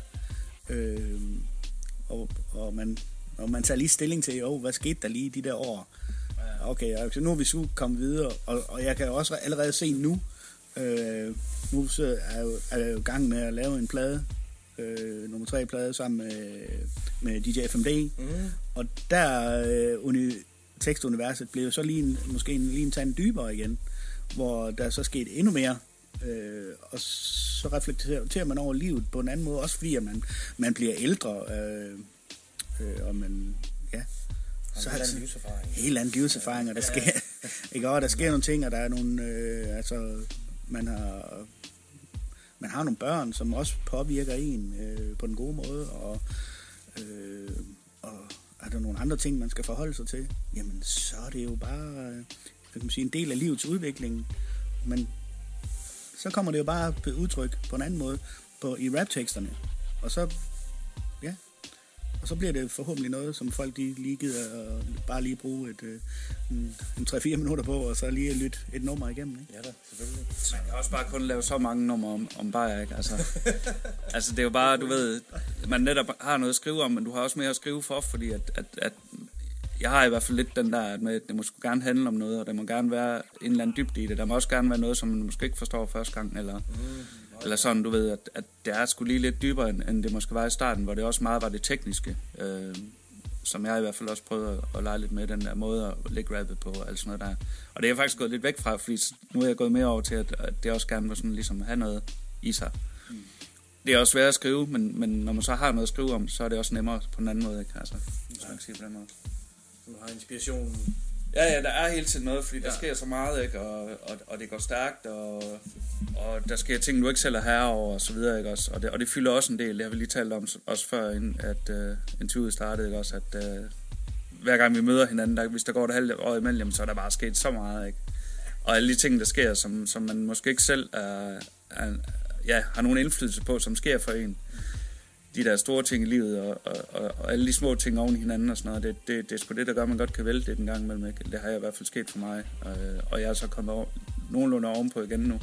Og man tager lige stilling til, hvad skete der lige de der år? Okay, så nu er vi så kommet videre, og jeg kan også allerede se nu, nu er jeg jo i gang med at lave en plade, nummer 3 plade sammen med DJ FMD, og der tekstuniverset blev jo så måske en tand dybere igen, hvor der så skete endnu mere, og så reflekterer man over livet på en anden måde, også fordi at man bliver ældre, og man, ja, så helt anden livserfaring, og der sker, ikke, og der sker nogle ting, og der er nogle, man har nogle børn, som også påvirker en på den gode måde, og er der nogle andre ting, man skal forholde sig til, jamen så er det jo bare, kan man sige, en del af livets udvikling, men så kommer det jo bare på udtryk på en anden måde i rapteksterne, og så bliver det forhåbentlig noget, som folk lige gider at bare lige bruge en 3-4 minutter på, og så lige lytte et nummer igennem, ikke? Ja da, selvfølgelig. Man kan også bare kun lave så mange numre om bajer, ikke? Altså det er jo bare, du ved, man netop har noget at skrive om, men du har også mere at skrive for, fordi at jeg har i hvert fald lidt den der, med, at det må sgu gerne handle om noget, og der må gerne være en eller anden dybde i det. Der må også gerne være noget, som man måske ikke forstår første gang, eller sådan, du ved, at det er sgu lige lidt dybere, end det måske var i starten, hvor det også meget var det tekniske, som jeg i hvert fald også prøvede at lege lidt med, den der måde at lægge rappet på, og alt sådan noget der. Og det er jeg faktisk gået lidt væk fra, fordi nu er jeg gået mere over til, at det også gerne vil sådan ligesom have noget i sig. Det er også svært at skrive, men når man så har noget at skrive om, så er det også nemmere på en anden måde, ikke? Altså, så man kan sige på den måde. Du har inspirationen. Ja, der er hele tiden noget, fordi der sker så meget, ikke? Og det går stærkt, og der sker ting, du ikke selv er herre over, og så videre, ikke også? Og det fylder også en del. Det har vi lige talt om, også før at interviewet startede, ikke også? At hver gang vi møder hinanden, hvis der går et halvt år imellem, så er der bare sket så meget, ikke? Og alle de ting, der sker, som man måske ikke selv har nogen indflydelse på, som sker for en. De der store ting i livet, og alle de små ting oven i hinanden og sådan noget, det er sgu det, der gør, at man godt kan vælge det den gang imellem. Ikke? Det har i hvert fald sket for mig, og jeg er så kommet nogenlunde ovenpå igen nu.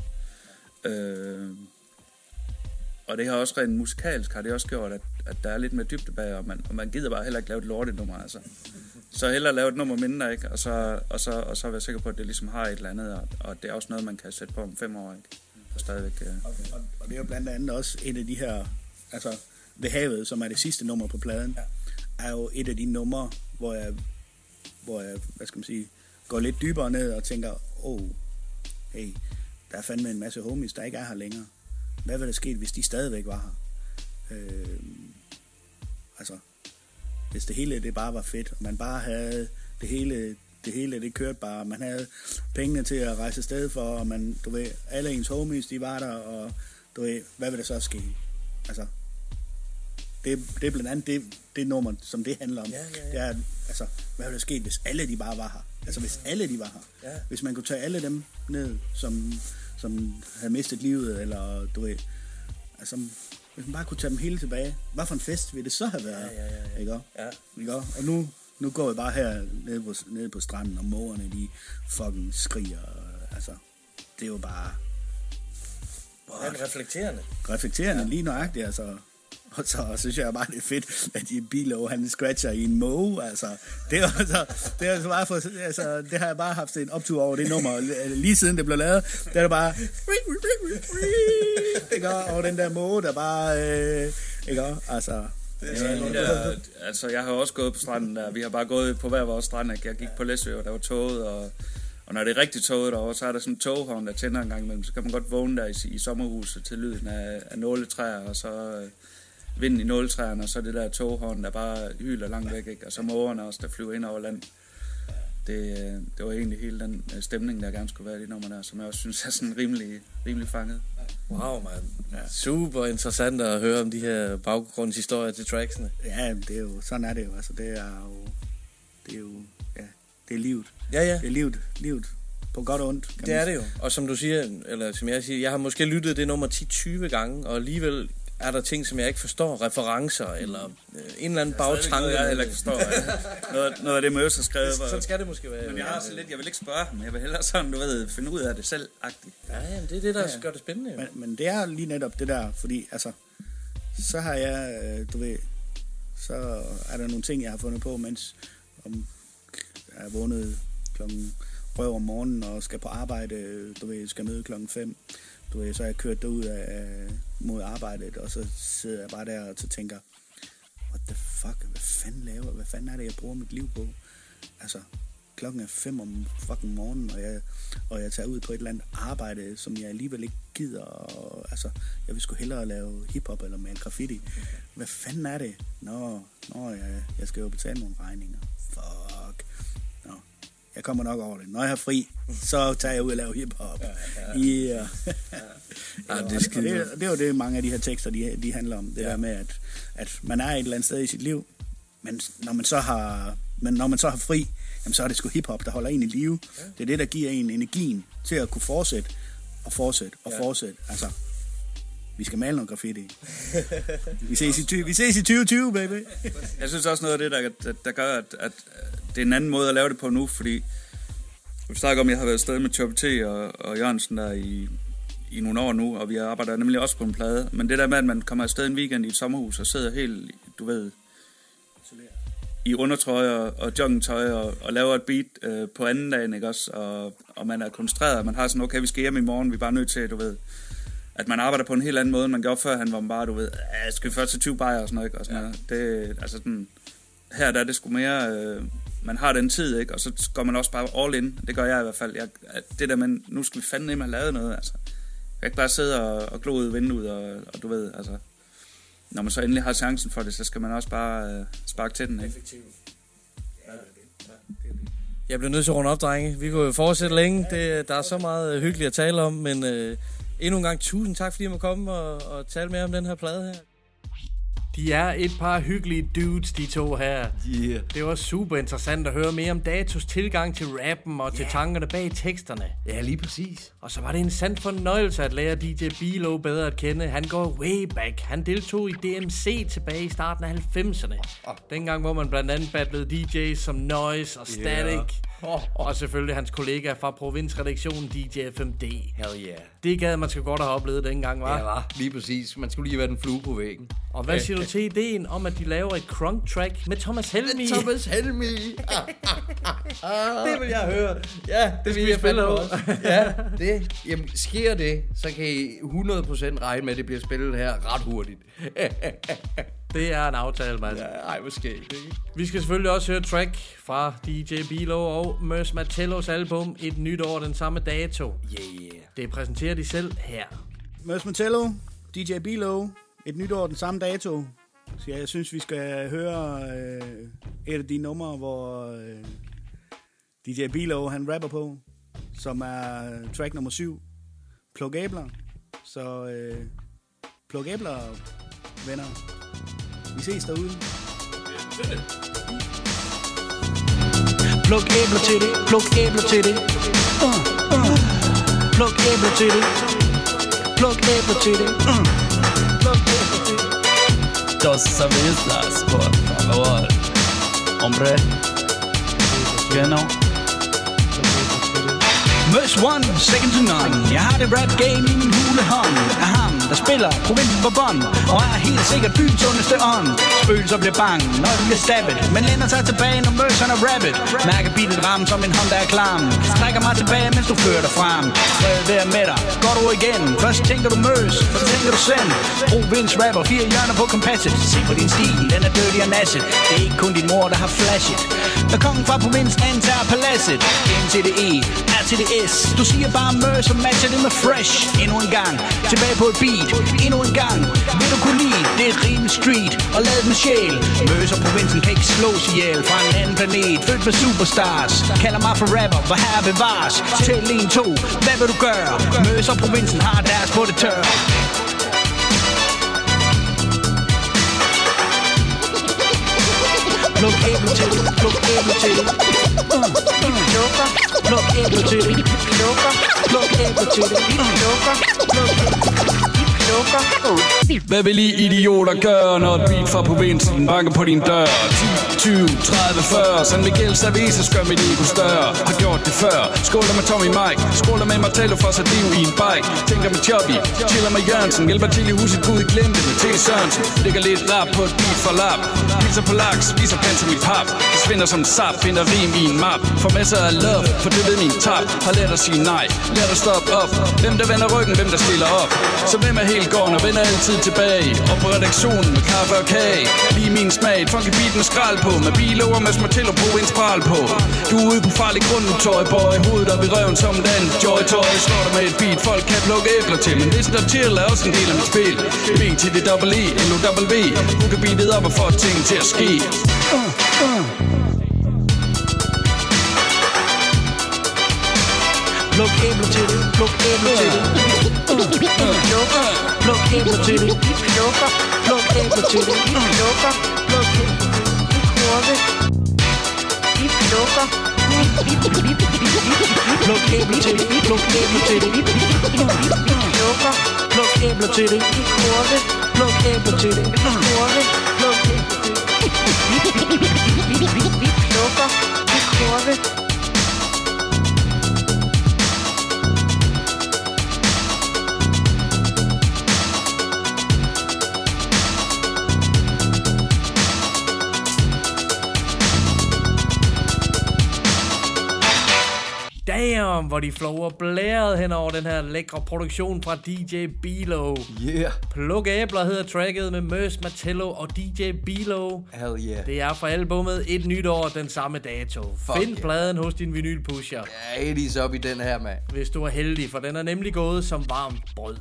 Og det har også rent musikalsk, har det også gjort, at der er lidt mere dybde bag, og man gider bare heller ikke lave et lortenummer, altså. Så hellere lave et nummer mindre, ikke? Og så være sikker på, at det ligesom har et eller andet, og det er også noget, man kan sætte på om 5 år, ikke? Og stadigvæk. Og det er jo blandt andet også et af de her, altså Ved havet, som er det sidste nummer på pladen, er jo et af de numre, hvor jeg, hvad skal man sige, går lidt dybere ned og tænker, hey, der er fandme en masse homies, der ikke er her længere. Hvad ville der ske, hvis de stadigvæk var her? Altså, hvis det hele det bare var fedt, og man bare havde det hele det kørte bare, man havde pengene til at rejse afsted for, og man, du ved, alle ens homies, de var der, og du ved, hvad vil der så ske? Altså, det er blandt andet det nummer, som det handler om. Ja. Det er, altså, hvad ville der ske, hvis alle de bare var her? Altså, hvis alle de var her. Ja. Hvis man kunne tage alle dem ned, som havde mistet livet, eller du ved, altså, hvis man bare kunne tage dem hele tilbage, hvad for en fest ville det så have været? Ja. Ikke? Og nu går vi bare her nede på stranden, og mågerne, de fucking skriger. Altså, det er jo bare... Reflekterende, lige nøjagtigt, altså. Og så synes jeg bare, det er fedt, at Bilo, han scratcher i en måge, altså. Det er bare for, altså, det har jeg bare haft en optur over det nummer, lige siden det blev lavet. Det er der bare... Ikke? Og den der måge, der bare... Ikke? Altså... Altså, jeg har også gået på stranden der. Vi har bare gået på hver vores strand, ikke? Jeg gik på Læsø, og der var toget, og når det er rigtig toget derovre, så er der sådan en toghorn, der tænder en gang imellem. Så kan man godt vågne der i sommerhuset til lyden af nåletræer, og så vinden i nåletræerne, og så det der toghorn, der bare hyler langt væk, ikke? Og så mågerne også, der flyver ind over land. Det var egentlig hele den stemning, der gerne skulle være i det nummer der, som jeg også synes er sådan rimelig fanget. Wow, man. Ja. Super interessant at høre om de her baggrundshistorier til tracksene. Ja, det er jo, sådan er det jo. Altså, det er livet. Ja. Det er livet på godt og ondt. Det er det jo. Og som du siger, eller som jeg siger, jeg har måske lyttet det nummer 10-20 gange, og alligevel er der ting, som jeg ikke forstår, referencer, eller en eller anden bagtanke. Jeg heller ikke forstår. Noget af det, Møs har skrevet. Sådan skal det måske være. Men jeg har også lidt, jeg vil ikke spørge ham, jeg vil hellere sådan, du ved, finde ud af det selv-agtigt. Ja, det er det, der gør det spændende. Jo. Men det er lige netop det der, fordi altså, så har jeg, du ved, så er der nogle ting, jeg har fundet på, mens jeg er vågnet klokken røv om morgenen og skal på arbejde, du ved, skal møde klokken 5. Du ved, så er jeg kørt derud mod arbejdet, og så sidder jeg bare der og så tænker, what the fuck, hvad fanden er det, jeg bruger mit liv på? Altså, klokken er 5 om fucking morgenen, og jeg tager ud på et eller andet arbejde, som jeg alligevel ikke gider, og altså, jeg vil sgu hellere lave hiphop eller male graffiti. Hvad fanden er det? Jeg skal jo betale nogle regninger. Fuck. Jeg kommer nok over det. Når jeg har fri, så tager jeg ud og laver hiphop. Det er jo det, mange af de her tekster, de handler om. Det der med, at man er et eller andet sted i sit liv, men når man så har fri, jamen, så er det sgu hiphop, der holder en i live. Det er det, der giver en energien til at kunne fortsætte. Altså, vi skal male noget graffiti. Vi ses i 2020, baby. Jeg synes også noget af det, der gør, at det er en anden måde at lave det på nu, fordi vi snakker om, at jeg har været afsted med Choppy T og Jørgensen der i i nogle år nu, og vi arbejder nemlig også på en plade. Men det der med, at man kommer afsted en weekend i et sommerhus og sidder helt, du ved, i undertrøje og joggingtøj og laver et beat på anden dagen, ikke også? Og man er koncentreret, og man har sådan, okay, vi skal hjem i morgen, vi er bare nødt til, du ved, at man arbejder på en helt anden måde, end man gjorde før, han var bare, du ved, skal vi først til 20 bajer og sådan noget, ikke? Og sådan noget. Det, altså sådan, her der er det sgu mere, man har den tid, ikke? Og så går man også bare all in, det gør jeg i hvert fald. Det der, men nu skal vi fandme have lavet noget, altså. Jeg kan ikke bare sidde og glo ud af vinduet, og du ved, altså, når man så endelig har chancen for det, så skal man også bare sparke til den, ikke? Jeg bliver nødt til at runde op, drenge. Vi kunne fortsætte længe. Der er så meget hyggeligt at tale om, men endnu en gang tusind tak, fordi I må komme og tale mere om den her plade her. De er et par hyggelige dudes, de to her. Yeah. Det var super interessant at høre mere om Datos tilgang til rappen og til tankerne bag teksterne. Ja, lige præcis. Og så var det en sand fornøjelse at lære DJ B-Low bedre at kende. Han går way back. Han deltog i DMC tilbage i starten af 90'erne. Dengang, hvor man blandt andet battlede DJ's som Noise og Static. Og selvfølgelig hans kollega fra provinsredaktionen DJ FMD. Hell yeah. Det gad man skal godt have oplevet dengang, var. Ja, var. Lige præcis. Man skulle lige være den flue på væggen. Og hvad siger du til ideen om, at de laver et crunk-track med Thomas Helmig? Thomas Helmig! Det vil jeg høre. Ja, det vil jeg fandme også. Ja, det. Jamen, sker det, så kan I 100% regne med, at det bliver spillet her ret hurtigt. Det er en aftale, mand. Ja, ej, måske. Vi skal selvfølgelig også høre track fra DJ B-Low og Murs Matellos album Et Nyt År, den samme dato. Yeah. Det præsenterer de selv her. Murs Matello, DJ B-Low, Et Nyt År, den samme dato. Så jeg synes, vi skal høre et af de numre, hvor DJ B-Low, han rapper på, som er track nummer 7, Pluk Æbler. Så pluk æbler, venner. Vi ses derude. Pluk æbler til det, pluk æbler til det. Pluk æbler til det. Pluk æbler til det. Pluk æbler til det. Dos avisas, por favor. Hombre. Genau. Møs one, second to none. Jeg har det rap game i min hulehånd. Af ham, der spiller provinsen på bånd. Og er helt sikkert byens sundeste ånd. Spøgelser bliver bange, når de bliver stabbet. Men lænder sig tilbage, når møseren er rappet. Mærker beatet ramme som en hånd, der er klam. Strækker mig tilbage, mens du fører dig frem. Fred være med dig, går du igen. Først tænker du møs, så tænker du send. Provins rapper, 4 hjørner på kompasset. Se på din stil, den er dirty og nasset. Det er ikke kun din mor, der har flashet. Når kongen fra provinsen antager paladset. N til det E, R til det S. Du siger bare møs og matcher det med fresh. Endnu en gang, tilbage på et beat. Endnu en gang, vil du kunne lide. Det er rim street og lavet med sjæl. Møs og provinsen kan ikke slås ihjel. Fra en anden planet, født med superstars. Kalder mig for rapper, hvor her bevares. Tæl 1, 2, hvad vil du gøre? Møs og provinsen har deres på det tør. Pluk æbler til det, pluk æbler til det. Pluk æbler til det. Pluk æbler til det. Hvad vil I idioter gøre, når et beat fra provinsen banker på din dør? 10, 20, 30, 40. San Miguel Cerveza skør mit ego større. Har gjort det før. Skåler med Tommy Mike. Skåler med Martello for sig liv i en bike. Tænker med Chubby. Chiller med Jørgensen. Hjælper til i huset Gud glemte med T. Sørensen. Lægger lidt rap på et beat for lap. Hilser på laks. Viser pen som i pap. Svinder som sap. Finder rim i en map. Får masser af love. For det ved min tab. Har lært at sige nej. Lært at stoppe op. Hvem der vender ryggen. Hvem der stiller op. Så hvem er helt gården og vender altid tilbage. Og på redaktionen med kaffe og kage. Lige min smag. Funky beat med skrald på. Med Bilo og med Smartello på en spral på. Du er ude på farlig grund nu, Toy Boy. Hovedet op i røven som en dan. Joy Toy slår dig med et beat. Folk kan plukke æbler til. Men listen der chill er også en del af mit spil. B til det double E, L-O-W. Du kan beatet op og få ting til at ske. Pluk æbler til det, pluk æbler til det. Pluk æbler til det. Pluk æbler til det. Pluk kurve. Vi plukker. Pluk æbler til det. Pluk æbler til det. Vi plukker. Pluk æbler til det. Vi kurve. Pluk æbler til det. Vi kurve. Pluk æbler til det. Vi plukker. Vi kurve. Stockholm, hvor de flower blæret hen over den her lækre produktion fra DJ Bilo. Yeah. Pluk æbler hedder tracket med Møs Matello og DJ Bilo. Hell yeah. Det er fra albumet Et Nyt År den samme dato. Find pladen hos din vinylpusher. Ja, edis op i den her, mand. Hvis du er heldig, for den er nemlig gået som varmt brød.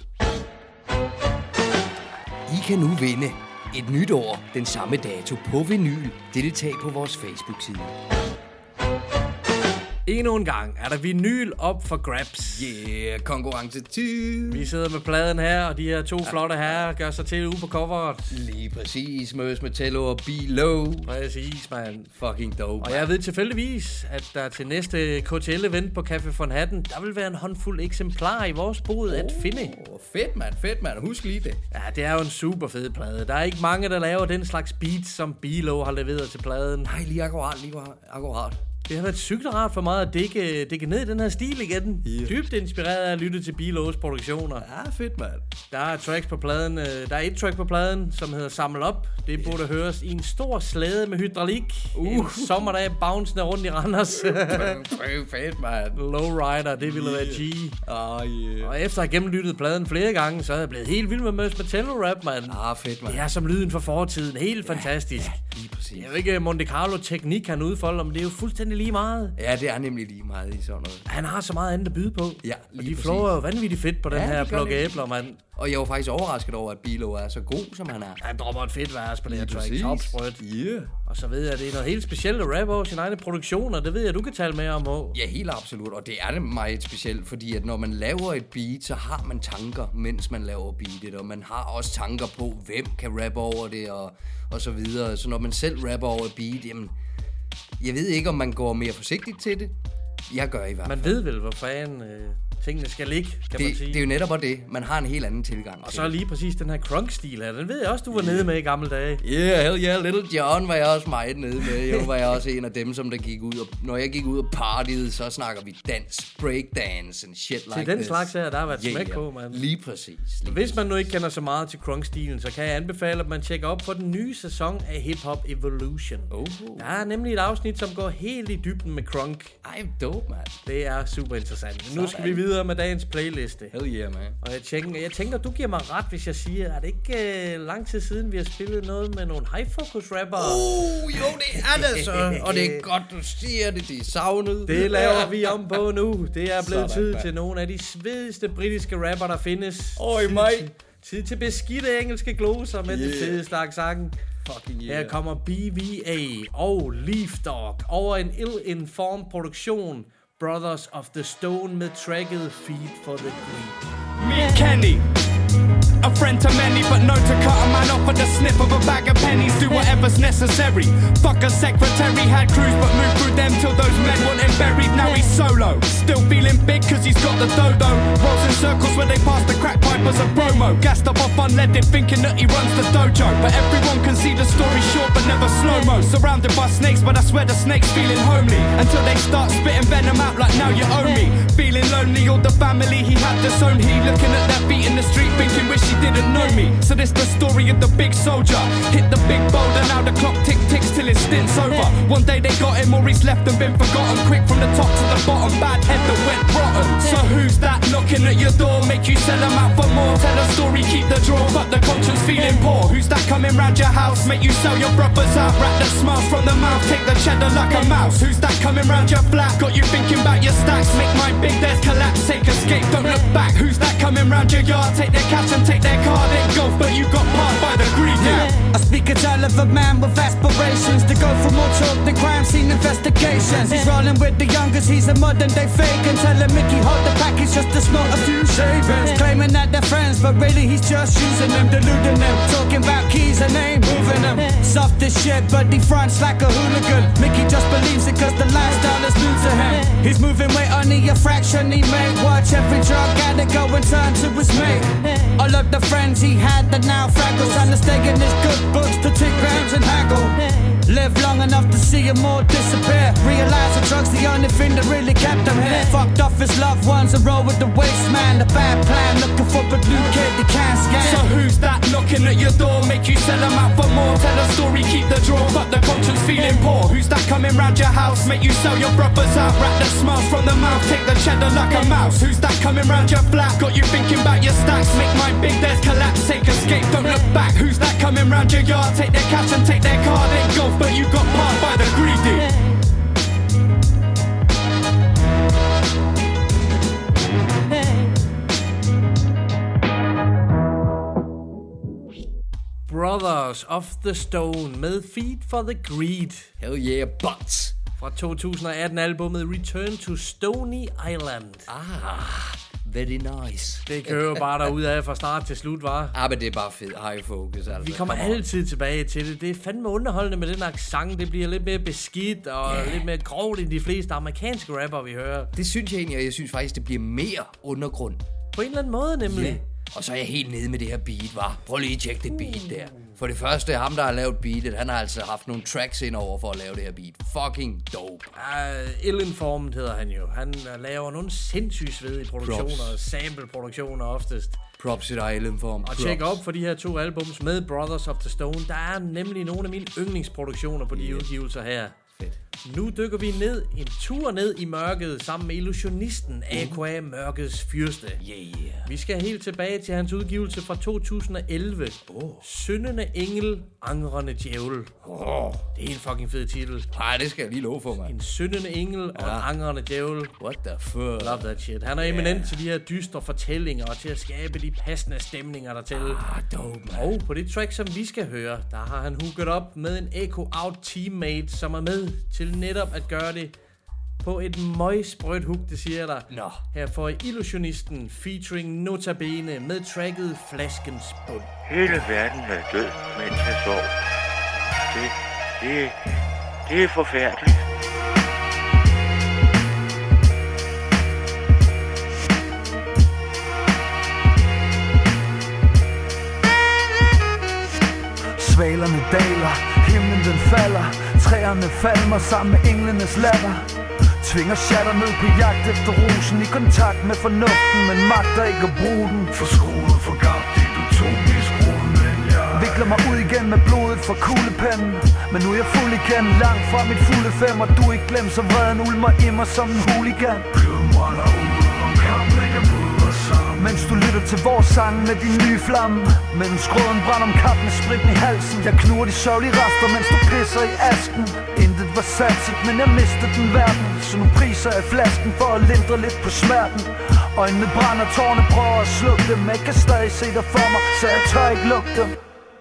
I kan nu vinde Et Nyt År den samme dato på vinyl. Deltag på vores Facebook-side. Endnu en gang er der vinyl op for grabs. Yeah, konkurrencetid. Vi sidder med pladen her, og de her to flotte herrer gør sig til ude på coveret. Lige præcis, Møs Matello og Bilo. Præcis, mand. Fucking dope. Og jeg ved tilfældigvis, at der til næste KTL-event på Café von Hatten, der vil være en håndfuld eksemplarer i vores bod at finde. Fedt, mand. Husk lige det. Ja, det er jo en super fed plade. Der er ikke mange, der laver den slags beats, som Bilo har leveret til pladen. Nej, lige akkurat. Det har været sygt rart for mig at dække ned i den her stil igen. Yeah. Dybt inspireret af at lytte til Bilos produktioner. Ja, fedt, mand. Der er tracks på pladen. Der er et track på pladen, som hedder Samle Op. Det burde høres i en stor slæde med hydraulik. En sommerdag bouncende rundt i Randers. Fedt, mand. Lowrider, det ville være G. Yeah. Og efter at have gennemlyttet pladen flere gange, så er jeg blevet helt vild med Møs Matello rap, mand. Fedt, mand. Det er som lyden fra fortiden. Helt fantastisk. Ja, lige præcis. Det er jo ikke Monte Carlo-teknik, han udfolder, men det er jo fuldstændig lige meget. Ja, det er nemlig lige meget i sådan noget. Han har så meget andet at byde på. Ja, og de flower jo vanvittigt fedt på den her pluk æbler, mand. Og jeg var faktisk overrasket over, at Bilo er så god, som han er. Han dropper et fedt vers på det her track. Topsprødt. Yeah. Og så ved jeg, at det er noget helt specielt at rappe over sine egne produktioner. Det ved jeg, du kan tale mere om. Ja, helt absolut. Og det er det meget specielt, fordi at når man laver et beat, så har man tanker, mens man laver beatet. Og man har også tanker på, hvem kan rappe over det og så videre. Så når man selv rapper over et beat, jamen, jeg ved ikke, om man går mere forsigtigt til det. Jeg gør i hvert fald. Man ved vel, hvor fanden tingene skal ligge, kan man sige. Det er jo netop det. Man har en helt anden tilgang. Og så lige præcis den her crunk-stil her. Den ved jeg også, du var nede med i gamle dage. Hell yeah. Little John var jeg også meget nede med. Jeg var også en af dem, som der gik ud. Og når jeg gik ud og partiede, så snakker vi dans, breakdance and shit like this. Til den slags her, der har været smæk på, mand. Lige præcis. Hvis man nu ikke kender så meget til crunk-stilen, så kan jeg anbefale, at man tjekker op for den nye sæson af Hip Hop Evolution. Der er nemlig et afsnit, som går helt i dybden med crunk. Ej, dope, man. Det er super interessant. Nu skal vi videre med dagens playliste. Hell yeah, man. Og jeg tænker, du giver mig ret, hvis jeg siger, at det ikke lang tid siden, vi har spillet noget med nogle high-focus-rappere. Jo, det er det så. Og det er godt, du siger det, de er savnet. Det laver vi om på nu. Det er blevet tid til nogle af de svedigste britiske rapper, der findes. Tid til beskidte engelske gloser med det fedeste accent. Her kommer BVA og Leaf Dog over en ill-informed produktion. Brothers of the Stone med tracket Feed for the Greed. Me and Kenny, a friend to many, but no to cut a man off for the snip of a bag of pennies. Do whatever's necessary. Fuck a secretary, had crews but moved through them till those men want him buried. Now he's solo, still feeling big cause he's got the dodo. Rolls in circles where they pass the crack pipe as a promo. Gassed up off unleaded thinking that he runs the dojo. But everyone can see the story short but never slow-mo. Surrounded by snakes but I swear the snakes feeling homely. Until they start spitting venom out like now you owe me. Feeling lonely, all the family he had disowned. He looking at their feet in the street thinking wish he didn't know me. So this the story of the big soldier. Hit the big boulder, now the clock ticks till his stint's over. One day they got him or he's left and been forgotten. Quick from the top to the bottom, bad head that went rotten. So who's that knocking at your door? Make you sell him out for more. Tell a story, keep the draw, but the conscience feeling poor. Who's that coming round your house? Make you sell your brothers out. Rat that smiles from the mouth, take the cheddar like a mouse. Who's that coming round your flat? Got you thinking about your stacks. Make mine big, there's collapse, take escape, don't look back. Who's that coming round your yard? Take their cash and take their car, then golf, but you got parked by the greed. I speak a tale of a man with aspirations to go for more talk than crime scene investigations. He's rolling with the youngest, he's a modern day fake. And telling Mickey hold the package just to snort a few shavings. Claiming that they're friends, but really he's just using them, deluding them. Talking about keys and ain't moving them. Soft as shit, but he fronts like a hooligan. Mickey just believes it cause the lifestyle is new to him. He's moving weight only a fraction he made. Watch every drug addict go and turn to his mate. All of the friends he had that now fraggles, trying to stay in his good books to take grams and haggle. Live long enough to see them all disappear. Realize the drugs the only thing that really kept him here. Fucked off his loved ones and roll with the waste man. The bad plan, looking for a new kid he can't scan. So who's that knocking at your door? Make you sell him out for more. Tell a story, keep the draw, but the conscience feeling poor. Who's that coming round your house? Make you sell your brothers out. Wrap the smiles from the mouth. Take the cheddar like a mouse. Who's that coming round your flat? Got you thinking about your stacks. Make mine big, there's collapse. Take escape, don't look back. Who's that coming round your yard? Take their cash and take their car. Ain't golf, but you got parked by the greedy. Brothers of the Stone med Feed for the Greed. Hell yeah, butts. Fra 2018-albummet Return to Stony Island. Very nice. Det kører bare derudad fra start til slut, var. Men det er bare fedt. High focus, altså. Vi kommer altid tilbage til det. Det er fandme underholdende med den accent. Det bliver lidt mere beskidt og lidt mere grovt end de fleste amerikanske rapper, vi hører. Det synes jeg egentlig, og jeg synes faktisk, det bliver mere undergrund. På en eller anden måde, nemlig. Yeah. Og så er jeg helt nede med det her beat, var. Prøv lige at tjekke det beat der. For det første, ham der har lavet beatet, han har altså haft nogle tracks ind over for at lave det her beat. Fucking dope. Ill-informed hedder han jo. Han laver nogle sindssygt svedige produktioner, sample-produktioner oftest. Props til dig, Ill-informed. Og tjek op for de her 2 albums med Brothers of the Stone. Der er nemlig nogle af mine yndlingsproduktioner på de udgivelser her. Fedt. Nu dykker vi en tur ned i mørket sammen med illusionisten A.K.A. Mørkets Fyrste. Vi skal helt tilbage til hans udgivelse fra 2011. Syndende Engel, Angrende Djævel. Det er en fucking fed titel. Nej, det skal jeg lige love for mig. En syndende engel og en angrende djævel. What the fuck? Love that shit. Han er eminent til de her dystre fortællinger og til at skabe de passende stemninger dertil. Dope, man. Og på det track, som vi skal høre, der har han hooket op med en Echo Out teammate, som er med til netop at gøre det på et møgsprødt hook, det siger der. Her får illusionisten featuring Notabene med tracket Flaskens Bund. Hele verden er død, mens jeg sov. Det er forfærdeligt. Svalerne daler, himlen den falder. Træerne falmer sammen med englenes latter. Tvinger shatter ned på jagt efter rosen. I kontakt med fornuften, men magter ikke at bruge den. Forskruet, forgabt, det du tog misbruget, men jeg vikler mig ud igen med blodet fra kuglepennen. Men nu er jeg fuld igen, langt fra mit fulde fem. Og du ikke glem, så vreden ulmer i mig som en hooligan. Gløden brænder ud, om kampen ikke er bryder sammen. Mens du lytter til vores sang med din nye flamme. Mens grøden brænder om kap med spritten i halsen. Jeg knurrer de sørgelige rester, mens du pisser i asken. Intet var satset, men jeg mistede den verden. Så nu priser jeg flasken for at lindre lidt på smerten. Øjnene brænder, tårne prøver at slukke dem. Jeg kan stadig se dig for mig, så jeg tør ikke lukke dem.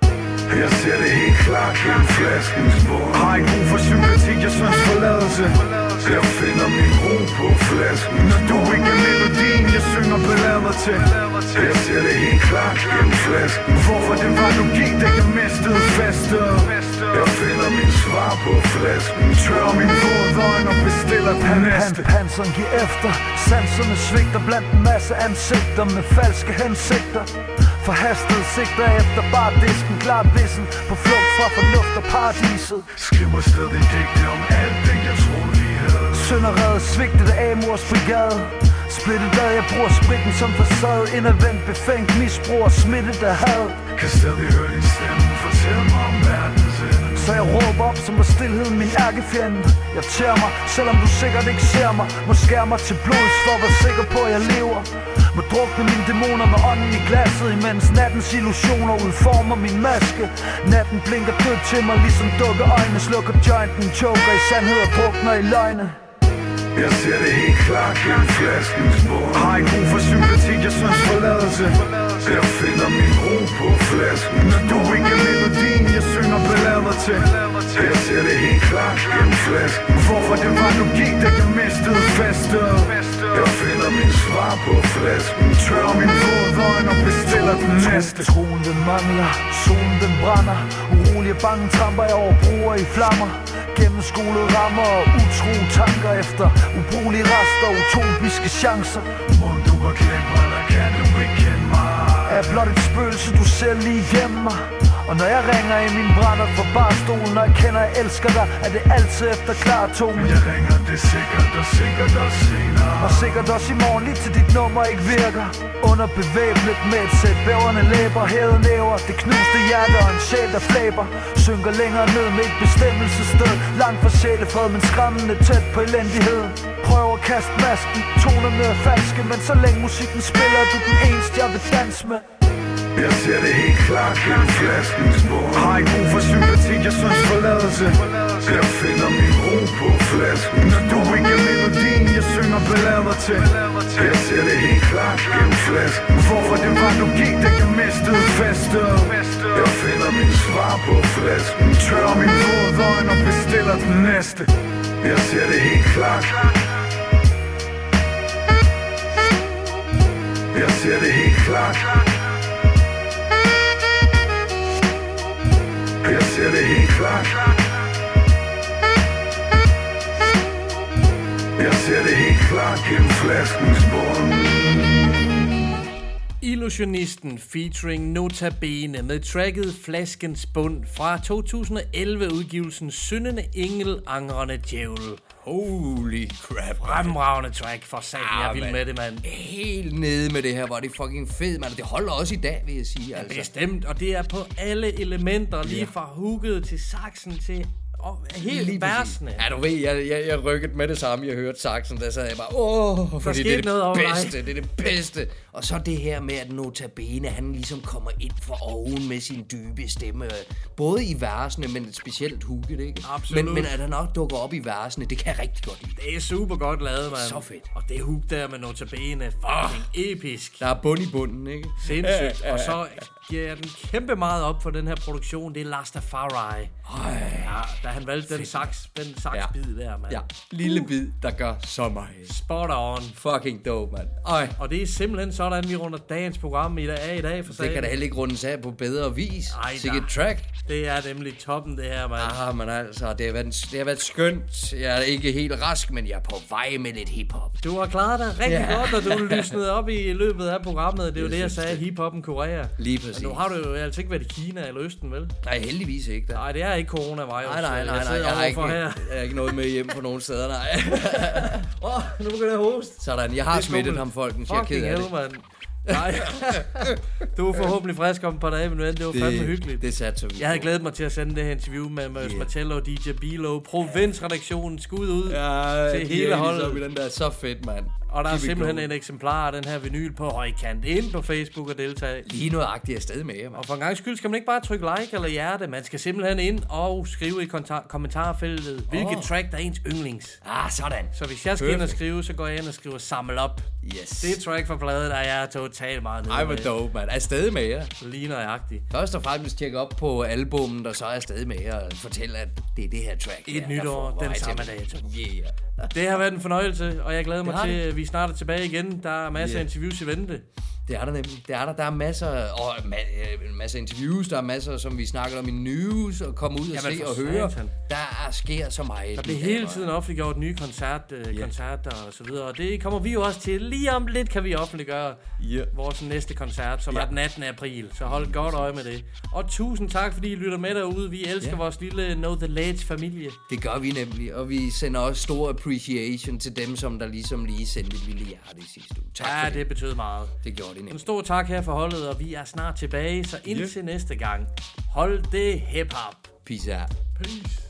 Jeg ser det helt klart gennem flaskens bund. Har ikke brug for sympati, jeg synes forladelse. Jeg finder min ro på flasken. Når du ikke er melodien, jeg synger ballader til. Jeg ser det helt klart gennem flasken. Hvorfor det var du gik, da jeg mistede festet. Jeg finder min svar på flasken. Tør min fodøjne og bestiller den næste. Panseren giver efter, sanserne svigter blandt en masse ansigter med falske hensigter. Forhastet sigter efter bare disken, klart vissen på flugt fra fornuft og paradiset. Skriver stadig digte om alt det jeg troede vi havde. Sønderredet svigtet af Amors brigade. Splittet ad, jeg bruger spritten som facade. Indadvendt, befængt, misbrug og smittet af had. Kan stadig høre din stemme, fortæl mig om verdens ende. Så jeg råber op, som var stilheden min ærkefjende. Jeg tærer mig, selvom du sikkert ikke ser mig. Må skære mig til blods for at være sikker på at jeg lever. Må drukne mine dæmoner med ånden i glasset, imens nattens illusioner udformer min maske. Natten blinker dødt til mig, ligesom dukke øjne. Slukker jointen, choker i sandhed og drukner i løgne. Jeg ser det helt klart gennem flaskens bund. Har ikke brug for sympati, jeg synes forladelse. Jeg finder min ro på flasken. Når du ikke er melodien, jeg synger ballader til. Jeg ser det helt klart gennem flasken. Hvorfor det var du gik, da jeg mistede festet. Jeg finder min svar på flasken. Tør min fodøjne og bestiller den næste. Troen den mangler, solen den brænder. Urolige bange tramper jeg over broer i flammer. Gennemskolede rammer og utro tanker efter ubrugelige rester og utopiske chancer. Må du var glemt mig, eller kan du ikke kende mig? Er blot et spøgelse, du ser lige igennem mig. Og når jeg ringer i min brænder fra barstolen, når jeg kender, jeg elsker dig, er det altid efter klar tone. Jeg ringer det sikkert og sikkert og senere. Og sikkert også i morgen, lige til dit nummer ikke virker. Under bevæbnet med et sæt bæverne læber, hævede næver, det knuste hjerte og en sjæl, der flæber. Synker længere ned med et bestemmelsessted, langt fra sjælefred, men skræmmende tæt på elendigheden. Prøv at kaste masken, toner med falske, men så længe musikken spiller, er du den eneste, jeg vil danse med. Jeg ser det helt klart gennem flaskens bund. Har ikke brug for sympati, jeg synes forladelse. Jeg finder min ro på flasken. Når du ikke er melodien, jeg synger ballader til. Jeg ser det helt klart gennem flasken. Hvorfor det var logik, da jeg mistede festet. Jeg finder min svar på flasken. Tør min våde øjne og bestiller den næste. Jeg ser det helt klart. Jeg ser det helt klart. Jeg ser det helt klart. Jeg ser det helt klart gennem flaskens bund. Illusionisten featuring Nota Bene med tracket Flaskens Bund fra 2011 udgivelsen Syndende Engel, Angrende Djævel. Holy crap. Fremragende track for sagen, jeg er vild med det, mand. Helt nede med det her, hvor det fucking fedt, mand. Det holder også i dag, vil jeg sige. Altså. Bestemt, og det er på alle elementer, lige fra hooket til saxen til helt versene. Ja, du ved, jeg rykkede med det samme, jeg hørte saxen, der sad jeg bare, fordi det er det bedste, det er det bedste. Og så det her med, at Nota Bene, han ligesom kommer ind fra oven med sin dybe stemme, både i versene, men specielt hooket, ikke? Absolut. Men at han nok dukker op i versene, det kan jeg rigtig godt lide. Det er super godt lavet, mand. Så fedt. Og det hook der med Nota Bene, fucking episk. Der er bund i bunden, ikke? Sindssygt. Og så giver jeg den kæmpe meget op for den her produktion, det er Lastafari. Ja, da han valgte den saksbid der, mand. Ja, lille bid, der gør så meget. Spot on. Fucking dope, mand. Og det er simpelthen sådan, vi runder dagens program i dag for sagen. Det kan da heller ikke rundes af på bedre vis. Sikkert track. Det er nemlig toppen, det her, mand. Men altså, det har været skønt. Jeg er ikke helt rask, men jeg er på vej med lidt hiphop. Du har klaret dig rigtig godt, og du lysnede op i løbet af programmet. Det er jo det, jeg sagde, hiphoppen kurerer. Lige præcis. Men nu har du jo altså ikke været i Kina eller Østen, vel? Nej, heldigvis ikke. Da. Nej, det er ikke coronavirus. Nej. Jeg har ikke noget med hjem på nogen steder, nej. Nu begynder jeg at hoste. Sådan, jeg har smittet ham, folkens. Jeg er ked af det. Man. Nej. Du er forhåblig frisk om et par dage, men det var fandme hyggeligt. Det satte vi. Jeg havde glædet mig til at sende det her interview med Mørs Martello og DJ Bilo. Provinsredaktionen skud ud til hele holdet. I den der. Så fedt, mand. Og der er simpelthen en eksemplar af den her vinyl på højkant ind på Facebook og deltage. Lige nøjagtigt afsted med jer, Og for en gang skyld skal man ikke bare trykke like eller hjerte. Man skal simpelthen ind og skrive i kommentarfeltet, hvilket track der er ens yndlings. Sådan. Så hvis jeg skal ind og skrive, så går jeg ind og skriver samle op. Yes. Det er track fra pladen, der er totalt meget nede. Ej, hvor dope, mand. Afsted med jer. Lige nøjagtigt. Først og fremmest tjekke op på albummet, og så er afsted med jer og fortælle, at det er det her track. Et nyt år, den samme dato. Yeah. Det har været en fornøjelse, og jeg glæder mig til, at vi snart er tilbage igen. Der er masser af interviews i vente. Det er der nemlig. Der er masser af interviews, der er masser, som vi snakker om i news, og komme ud og se og høre. Der sker så meget. Der bliver hele tiden offentliggjort nye koncerter og så videre, og det kommer vi jo også til. Lige om lidt kan vi offentliggøre vores næste koncert, som er den 18. april. Så hold godt øje med det. Og tusind tak, fordi I lytter med derude. Vi elsker vores lille Know The Ledge familie. Det gør vi nemlig, og vi sender også stor appreciation til dem, som der ligesom lige sendte et lille hjerte i sidste uge. Tak for det betød meget. Det gjorde det. En stor tak her for holdet, og vi er snart tilbage, så indtil næste gang. Hold det hip-hop. Peace out. Peace.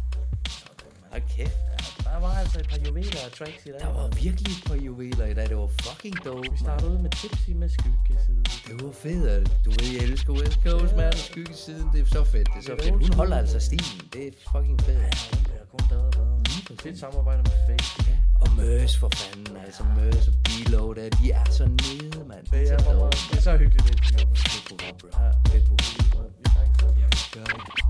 Okay. Der var altså et par juveler og tracks i dag. Der var virkelig et par juveler i dag. Det var fucking dope. Vi startede ud med Tipsy med skyggesiden. Det var fedt. Du ved, jeg elsker West Coast, man. Skyggesiden, det er så fedt. Det er så fedt. Hun holder altså stilen. Det er fucking fedt. Ja, hun bliver kun bedre og bedre. Fedt samarbejde med Fake. Og Mørs for fanden, altså Mørs og Bilo, der, de er så nede, mand. Det er så hyggeligt, det er. Fedt program, bro. Fedt program. Vi takker så.